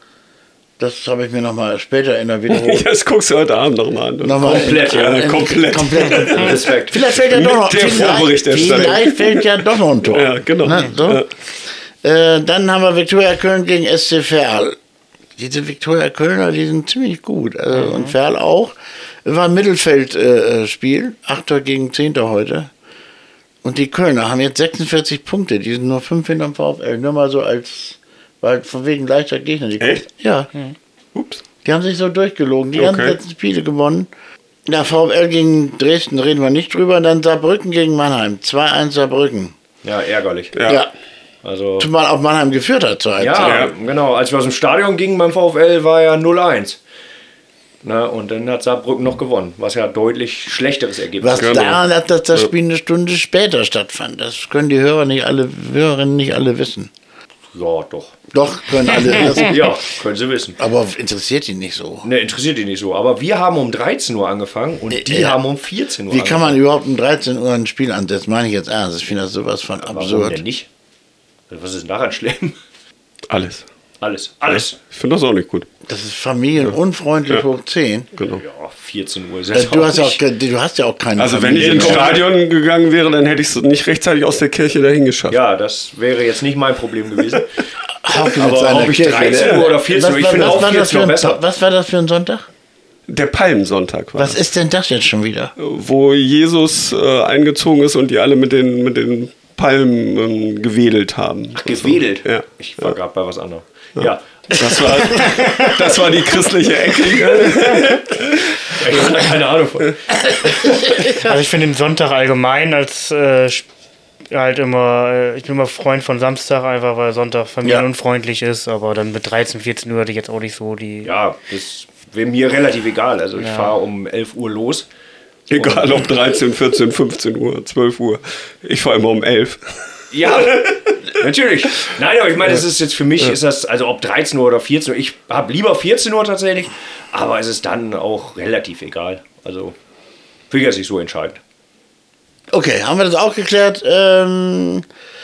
Das habe ich mir nochmal später in der Wiederholung. Das guckst du heute Abend nochmal an. Nochmal Komplett, in, ja, in, komplett. komplett. Respekt. Vielleicht fällt ja doch noch, Mit der vielleicht, Vorberichterstattung. vielleicht fällt ja doch noch ein Tor. Ja, genau. Ne, so? Ja. Äh, dann haben wir Viktoria Köln gegen S C Verl. Diese Viktoria Kölner, die sind ziemlich gut. Also, Mhm. Und Verl auch. War ein Mittelfeldspiel, Achter gegen Zehnter heute. Und die Kölner haben jetzt sechsundvierzig Punkte, die sind nur fünf hinterm VfL. Nur mal so als, weil von wegen leichter Gegner. Die Echt? Ja. Ups. Die haben sich so durchgelogen, die Okay. ganzen letzten Spiele gewonnen. Ja, VfL gegen Dresden reden wir nicht drüber. Dann Saarbrücken gegen Mannheim. zwei eins Saarbrücken. Ja, ärgerlich. Ja. Ja. Also, Zumal auch Mannheim geführt hat zur Halbzeit. ja, genau. Als wir aus dem Stadion gingen beim VfL, war ja null eins. Na, und dann hat Saarbrücken noch gewonnen, was ja deutlich schlechteres Ergebnis Was ist. daran hat, dass das Spiel eine Stunde später stattfand. Das können die Hörer nicht alle, Hörerinnen nicht alle wissen. Ja, doch. Doch, können alle. Das, Ja, können sie wissen. aber interessiert die nicht so. Ne, interessiert die nicht so. Aber wir haben um dreizehn Uhr angefangen und die ja. haben um vierzehn Uhr Wie kann man angefangen. überhaupt um dreizehn Uhr ein Spiel ansetzen? Meine ich jetzt ernst. Ich finde das sowas von Warum absurd. denn nicht? Was ist denn daran schlimm? Alles. Alles. Alles. Ich finde das auch nicht gut. Das ist familienunfreundlich Ja. hoch zehn. Genau. Ja, vierzehn Uhr ist Äh, jetzt Du hast, ja auch, nicht- ke- du hast ja auch keine Also wenn ich Familie. ins Stadion gegangen wäre, dann hätte ich es nicht rechtzeitig aus der Kirche dahin geschafft. Ja, das wäre jetzt nicht mein Problem gewesen. Hauke mit Aber seiner ob ich Kirche, dreizehn der- Uhr oder vierzehn Uhr, ich Was war- finde was auch war das vierzehn Uhr für ein- besser. Was war das für ein Sonntag? Der Palmsonntag war Was das, ist denn das jetzt schon wieder? wo Jesus äh, eingezogen ist und die alle mit den, mit den Palmen ähm, gewedelt haben. Ach, gewedelt? Ja. Ich war gerade bei was anderem. Ja. Das war, das war die christliche Ecke. Ich habe da keine Ahnung von. Also ich finde den Sonntag allgemein als äh, Sp- halt immer, äh, ich bin immer Freund von Samstag, einfach weil Sonntag familienunfreundlich ist, aber dann mit dreizehn, vierzehn Uhr hatte ich jetzt auch nicht so die... Ja, das wäre mir relativ egal. Also ich fahre um elf Uhr los. Egal ob dreizehn, vierzehn, fünfzehn Uhr, zwölf Uhr. Ich fahre immer um elf. Ja, natürlich. Nein, aber ich meine, es ist jetzt für mich, ist das, also ob dreizehn Uhr oder vierzehn Uhr, ich habe lieber vierzehn Uhr tatsächlich, aber es ist dann auch relativ egal. Also, finde ich jetzt nicht so entscheidend. Okay, haben wir das auch geklärt. Ähm,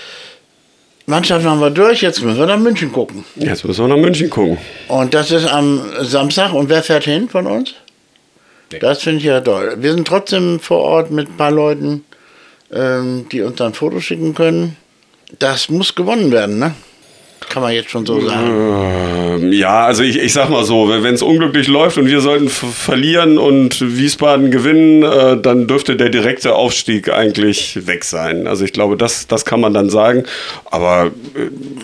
Mannschaften haben wir durch, jetzt müssen wir nach München gucken. Jetzt müssen wir nach München gucken. Und das ist am Samstag. Und wer fährt hin von uns? Nee. Das finde ich ja toll. Wir sind trotzdem vor Ort mit ein paar Leuten, ähm, die uns dann Fotos schicken können. Das muss gewonnen werden, ne? Kann man jetzt schon so sagen. Ähm, ja, also ich, ich sag mal so, wenn es unglücklich läuft und wir sollten f- verlieren und Wiesbaden gewinnen, äh, dann dürfte der direkte Aufstieg eigentlich weg sein. Also ich glaube, das, das kann man dann sagen. Aber äh,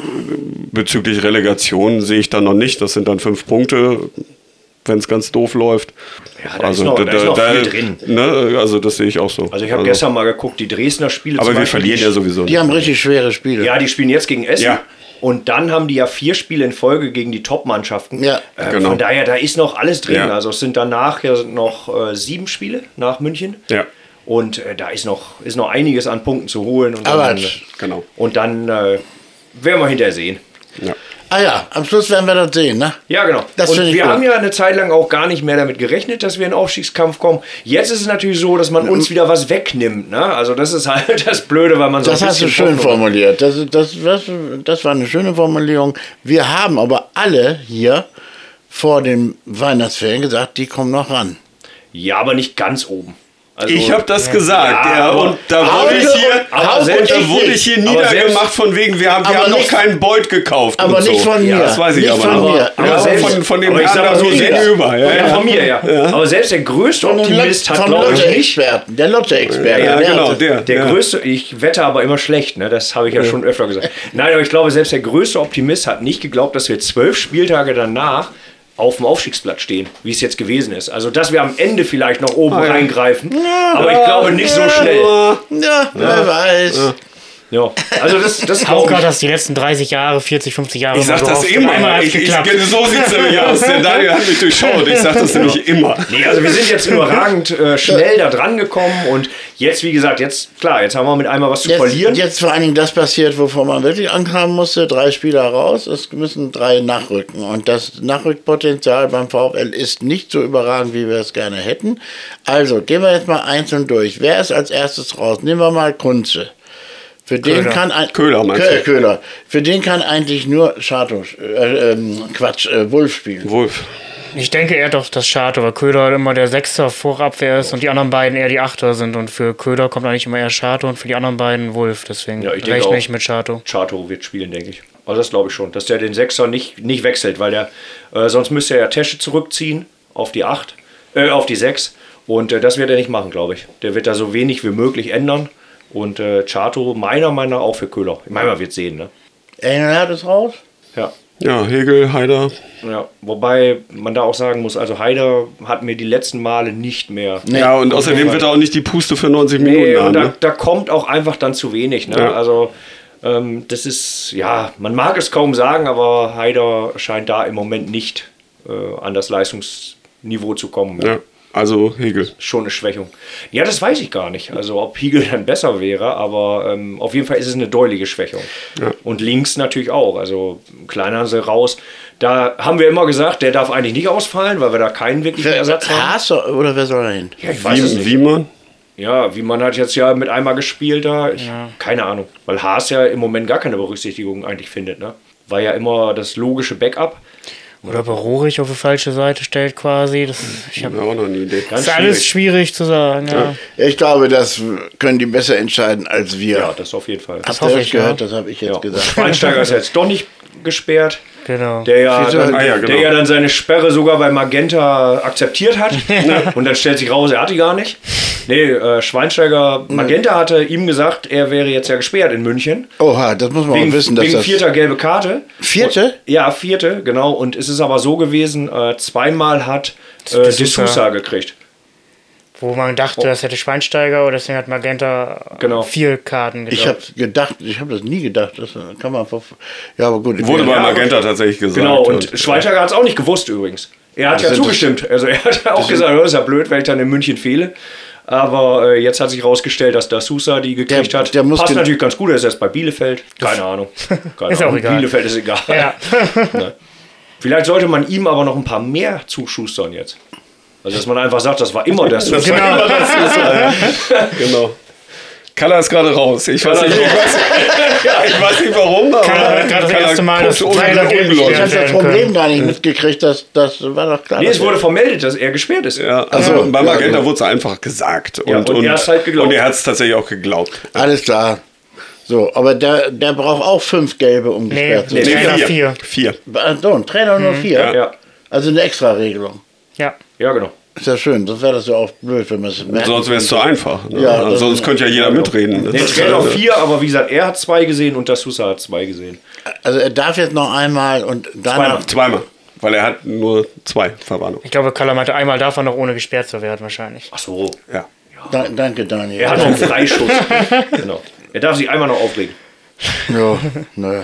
bezüglich Relegation sehe ich da noch nicht. Das sind dann fünf Punkte, wenn es ganz doof läuft. Ja, da ist noch, da ist noch viel drin. Ne, also das sehe ich auch so. Also ich habe gestern mal geguckt, die Dresdner Spiele Aber zum wir Beispiel, verlieren die- ja sowieso. Die haben richtig schwere Spiele. Ja, die spielen jetzt gegen Essen. Ja. Und dann haben die ja vier Spiele in Folge gegen die Top-Mannschaften. Ja, äh, genau. Von daher, da ist noch alles drin. Ja. Also es sind danach ja noch äh, sieben Spiele nach München. Ja, Und äh, da ist noch, ist noch einiges an Punkten zu holen. Und Aber dann, genau. und dann äh, werden wir hinterher sehen. Ja. Ah ja, am Schluss werden wir das sehen, ne? Ja, genau. Das und finde ich wir gut. haben ja eine Zeit lang auch gar nicht mehr damit gerechnet, dass wir in den Aufstiegskampf kommen. Jetzt ist es natürlich so, dass man uns wieder was wegnimmt. Ne? Also das ist halt das Blöde, weil man so Das ein hast du bisschen schön Hoffnung hat. formuliert. Das, das, das, das war eine schöne Formulierung. Wir haben aber alle hier vor den Weihnachtsferien gesagt, die kommen noch ran. Ja, aber nicht ganz oben. Also, Ich habe das gesagt, Ja, ja, aber- und da aber- wurde ich hier, aber und selbst da ich wurde nicht. ich hier Aber niedergemacht selbst- von wegen, wir haben, wir aber haben noch nicht- keinen Beut gekauft. Aber und nicht so. von mir. Ja, das weiß ich Nicht aber von noch. mir. Aber Ja, selbst- von, von dem aber ich Herrn sag da mal so, so selbst- gegenüber. Ja, Ja, ja. von mir, ja. Aber selbst der größte Optimist hat, Von glaube ich, nicht. Lotte-Experten. Der Lotte-Experte. Ja, der genau, hat- der. Der ja. größte, ich wette aber immer schlecht, ne? Das habe ich ja schon öfter gesagt. Nein, aber ich glaube, selbst der größte Optimist hat nicht geglaubt, dass wir zwölf Spieltage danach auf dem Aufstiegsplatz stehen, wie es jetzt gewesen ist. Also, dass wir am Ende vielleicht noch oben Ah, ja. reingreifen. Aber ich glaube nicht so schnell. Ja, wer weiß. Ja. Also, das, das Hauke glaube hat ich. das die letzten dreißig Jahre, vierzig, fünfzig Jahre Ich sag immer das gehofft. immer. Einmal hat's Ich, ich, geklappt. so sieht es nämlich aus. Der Daniel hat mich durchschaut. Ich sag das nämlich immer. Nee, also wir sind jetzt überragend äh, schnell da dran gekommen und jetzt, wie gesagt, jetzt, klar, jetzt haben wir mit einmal was zu Jetzt, verlieren. jetzt vor allen Dingen das passiert, wovon man wirklich Angst haben musste. Drei Spieler raus, es müssen drei nachrücken. Und das Nachrückpotenzial beim VfL ist nicht so überragend, wie wir es gerne hätten. Also, gehen wir jetzt mal einzeln durch. Wer ist als erstes raus? Nehmen wir mal Kunze. Für den Köhler. kann ein Köhler, meinst Köhler, du? Köhler. Für den kann eigentlich nur Schato, äh, ähm, Quatsch, äh, Wolf spielen. Wolf. Ich denke eher doch, dass Schato, weil Köhler immer der Sechster vor Abwehr ist und die anderen beiden eher die Achter sind. Und für Köhler kommt eigentlich immer eher Schato und für die anderen beiden Wolf. Deswegen Ja, ich denke rechne auch. ich mit Schato. Chato wird spielen, denke ich. Also das glaube ich schon, dass der den Sechser nicht, nicht wechselt, weil der, äh, sonst müsste er ja Tesche zurückziehen auf die acht, äh, auf die sechs. Und äh, das wird er nicht machen, glaube ich. Der wird da so wenig wie möglich ändern. Und äh, Chato meiner Meinung nach auch für Köhler. Ich meine, man wird sehen, ne? Engelhardt ist raus. Ja. Ja, Hegel, Haider. Ja, wobei man da auch sagen muss, also Haider hat mir die letzten Male nicht mehr. Ja, und außerdem wird er auch nicht die Puste für neunzig Minuten Nee, haben. und da, Ne? da kommt auch einfach dann zu wenig. Ne? Ja. Also ähm, das ist, ja, man mag es kaum sagen, aber Haider scheint da im Moment nicht äh, an das Leistungsniveau zu kommen. Ne? Ja, also Hegel. Schon eine Schwächung. Ja, das weiß ich gar nicht. Also ob Hegel dann besser wäre, aber ähm, auf jeden Fall ist es eine deutliche Schwächung. Ja. Und links natürlich auch. Also Kleinhanse raus. Da haben wir immer gesagt, der darf eigentlich nicht ausfallen, weil wir da keinen wirklichen Wer, Ersatz haben. Haas oder wer soll da hin? Ja, ich weiß es Wie, nicht. wie man? Ja, wie man hat jetzt ja mit einmal gespielt da. Ich, Keine Ahnung. Weil Haas ja im Moment gar keine Berücksichtigung eigentlich findet. Ne? War ja immer das logische Backup. Oder ob er Rohrig auf die falsche Seite stellt quasi. Das, ich hab, Ja, auch noch eine Idee. Ganz das ist alles schwierig zu sagen. Ja. Ich glaube, das können die besser entscheiden als wir. Ja, das auf jeden Fall. Habt hoffe ihr das ich, gehört? ja. Das habe ich jetzt Ja. gesagt. Schweinsteiger ist jetzt doch nicht gesperrt. Genau. Der ja, Wieso? dann, Ah, ja, genau. der ja dann seine Sperre sogar bei Magenta akzeptiert hat. Und dann stellt sich raus, er hat die gar nicht. Nee, äh, Schweinsteiger, Magenta hatte ihm gesagt, er wäre jetzt ja gesperrt in München. Oha, das muss man Wegen, auch wissen, dass wegen das... vierter gelbe Karte. Vierte? Und, ja, vierte, genau. Und es ist aber so gewesen, äh, zweimal hat äh, De De Sousa. Sousa gekriegt. Wo man dachte, das hätte Schweinsteiger oder deswegen hat Magenta Genau. vier Karten Ich habe gedacht, ich habe das nie gedacht. Das kann man... ver- Ja, aber gut. Wurde bei Ja, Magenta tatsächlich gesagt. Genau, und Schweinsteiger hat es auch nicht gewusst übrigens. Er hat ja sind zugestimmt. Also er hat ja auch gesagt, oh, ist ja blöd, weil ich dann in München fehle. Aber äh, jetzt hat sich herausgestellt, dass der Sousa die gekriegt Der- hat. der muss Passt gen- natürlich ganz gut, er ist erst bei Bielefeld. Keine Ahnung. Keine Ist auch Ahnung. egal. Bielefeld ist egal. Ja. Nein. Vielleicht sollte man ihm aber noch ein paar mehr zuschustern jetzt. Also, dass man einfach sagt, das war immer der Sousa. Genau. Genau. Kalla ist gerade raus. Ich weiß, nicht, ich, weiß, ich weiß nicht warum, aber Kalla hat gerade das Kalla erste Mal guckt das ohne Trailer ungeläufig. Ich gestellt. habe das werden Problem können. gar nicht mitgekriegt, das, das war doch klar. Nee, es dass- wurde vermeldet, dass er gesperrt ist. Ja, also Also, beim ja, Magenta genau. wurde es einfach gesagt. Und, Ja, und er hat's halt geglaubt. Und er hat es tatsächlich auch geglaubt. Alles klar. So, aber der, der braucht auch fünf Gelbe, um Nee, gesperrt zu nee, werden. Trainer vier. Vier. So, ein Trainer nur vier. Ja. Ja, Also eine Extra-Regelung. Ja. ja genau. Ist ja schön, sonst wäre das ja auch blöd, wenn man es merkt. Sonst wäre es zu einfach. Ne? Ja, das- Sonst könnte ja jeder mitreden. Ne? Nee, Das es ist wären auch halt- vier, aber wie gesagt, er hat zwei gesehen und der Sousa hat zwei gesehen. Also er darf jetzt noch einmal und danach... Zweimal. Weil er hat nur zwei Verwarnungen. Ich glaube, Kalla meinte, einmal darf er noch ohne gesperrt zu werden wahrscheinlich. Ach so. Ja. Da, danke, Daniel. Er hat noch einen Freischuss. Genau. Er darf sich einmal noch aufregen. Ja, naja.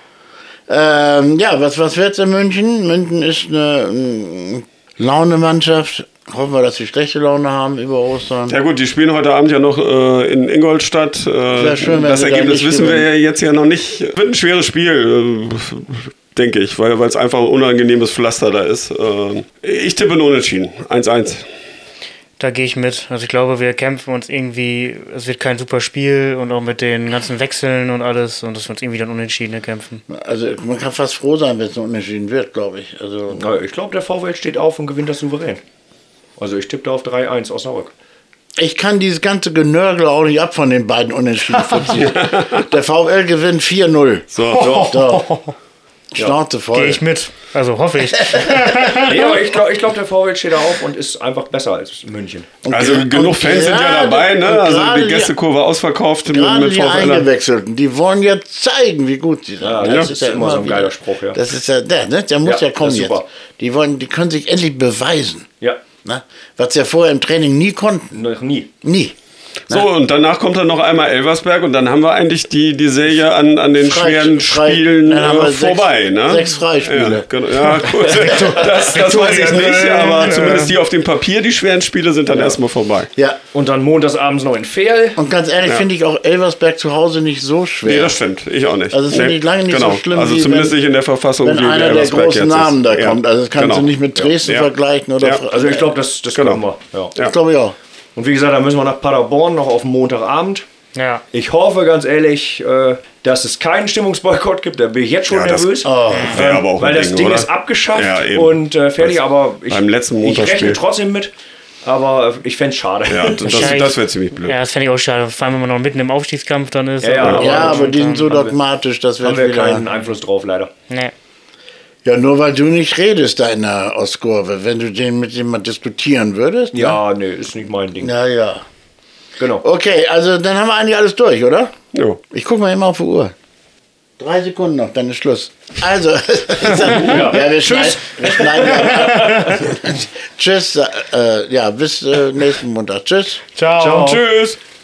Ähm, ja, was, was wird's in München? München ist eine ähm, Launemannschaft. Hoffen wir, dass sie schlechte Laune haben über Ostern. Ja gut, die spielen heute Abend ja noch äh, in Ingolstadt. Äh, Wär schön, wenn das sie da Ergebnis nicht wissen wir gewinnen. ja jetzt ja noch nicht. Wird ein schweres Spiel, äh, denke ich, weil es einfach ein unangenehmes Pflaster da ist. Äh, ich tippe ein Unentschieden. eins eins. Da gehe ich mit. Also ich glaube, wir kämpfen uns irgendwie, es wird kein super Spiel und auch mit den ganzen Wechseln und alles und dass wir uns irgendwie dann unentschieden kämpfen. Also man kann fast froh sein, wenn es unentschieden wird, glaube ich. Also Na, ich glaube, der VfL steht auf und gewinnt das souverän. Also ich tippe da auf drei eins Osnabrück. ich kann dieses ganze Genörgel auch nicht ab von den beiden Unentschieden verziehen. Der VfL gewinnt vier null. So. So. Schnauze voll. Gehe ich mit. Also hoffe ich. Nee, aber ich glaube, ich glaub, der VfL steht da auf und ist einfach besser als München. Und Also gra- genug und Fans sind ja gerade- dabei, und ne? Also gerade die Gästekurve ausverkauft mit, Gerade mit die VfL. Eingewechselten, die wollen jetzt zeigen, wie gut sie sind. Ja, das ist immer so ein geiler Spruch, ja. Das ist ja, der, ne? der muss Ja, ja, kommen das ist jetzt. super. Die, wollen, die können sich endlich beweisen. Ja, Ne? Was sie ja vorher im Training nie konnten. noch nie. Nie. So, und danach kommt dann noch einmal Elversberg und dann haben wir eigentlich die, die Serie an, an den Frei- schweren frei- Spielen dann haben äh, wir sechs- vorbei. Ne? sechs Freispiele. Ja, genau. Ja, gut. Das, das weiß ich nicht, aber zumindest die auf dem Papier, die schweren Spiele, sind dann erstmal vorbei. Ja. Und dann montagsabends noch in Fehl. Und ganz ehrlich finde ich auch Elversberg zu Hause nicht so schwer. Nee, das stimmt. Ich auch nicht. Also das finde ich lange nicht genau. so schlimm, Also wie zumindest wenn- nicht in der Verfassung, wenn wie einer der Elversberg großen jetzt Namen ist. da Ja, kommt. Also das kannst genau. du nicht mit Dresden Ja. vergleichen. Oder Ja. Also ich glaube, das, das Genau. können wir. Ja. Ja. Ich glaube ja. Und wie gesagt, da müssen wir nach Paderborn noch auf den Montagabend. Ja. Ich hoffe ganz ehrlich, äh, dass es keinen Stimmungsboykott gibt. Da bin ich jetzt schon Ja, das- nervös. Oh. Wäre aber auch Weil ein das Ding, Ding oder? ist abgeschafft Ja, eben. und äh, fertig, aber ich, beim letzten ich Montagsspiel. rechne trotzdem mit. Aber ich fände es schade. Ja, das, Wahrscheinlich- das wäre ziemlich blöd. Ja, das fände ich auch schade. Vor allem, wenn man noch mitten im Aufstiegskampf dann ist. Ja, ja, Aber- Ja, aber die sind so haben wir- dogmatisch, das wird Haben wir wieder... keinen Einfluss drauf, leider. Nee. Ja, nur weil du nicht redest da in der Ostkurve. Wenn du den mit dem mal diskutieren würdest. Ja, nee, ist nicht mein Ding. Ne? Ja, ja. Genau. Okay, also dann haben wir eigentlich alles durch, oder? Jo. Ich gucke mal immer auf die Uhr. Drei Sekunden noch, dann ist Schluss. Also, ja, wir, schneiden, wir schneiden ja. Tschüss, äh, ja, bis äh, nächsten Montag. Tschüss. Ciao. Ciao. Tschüss.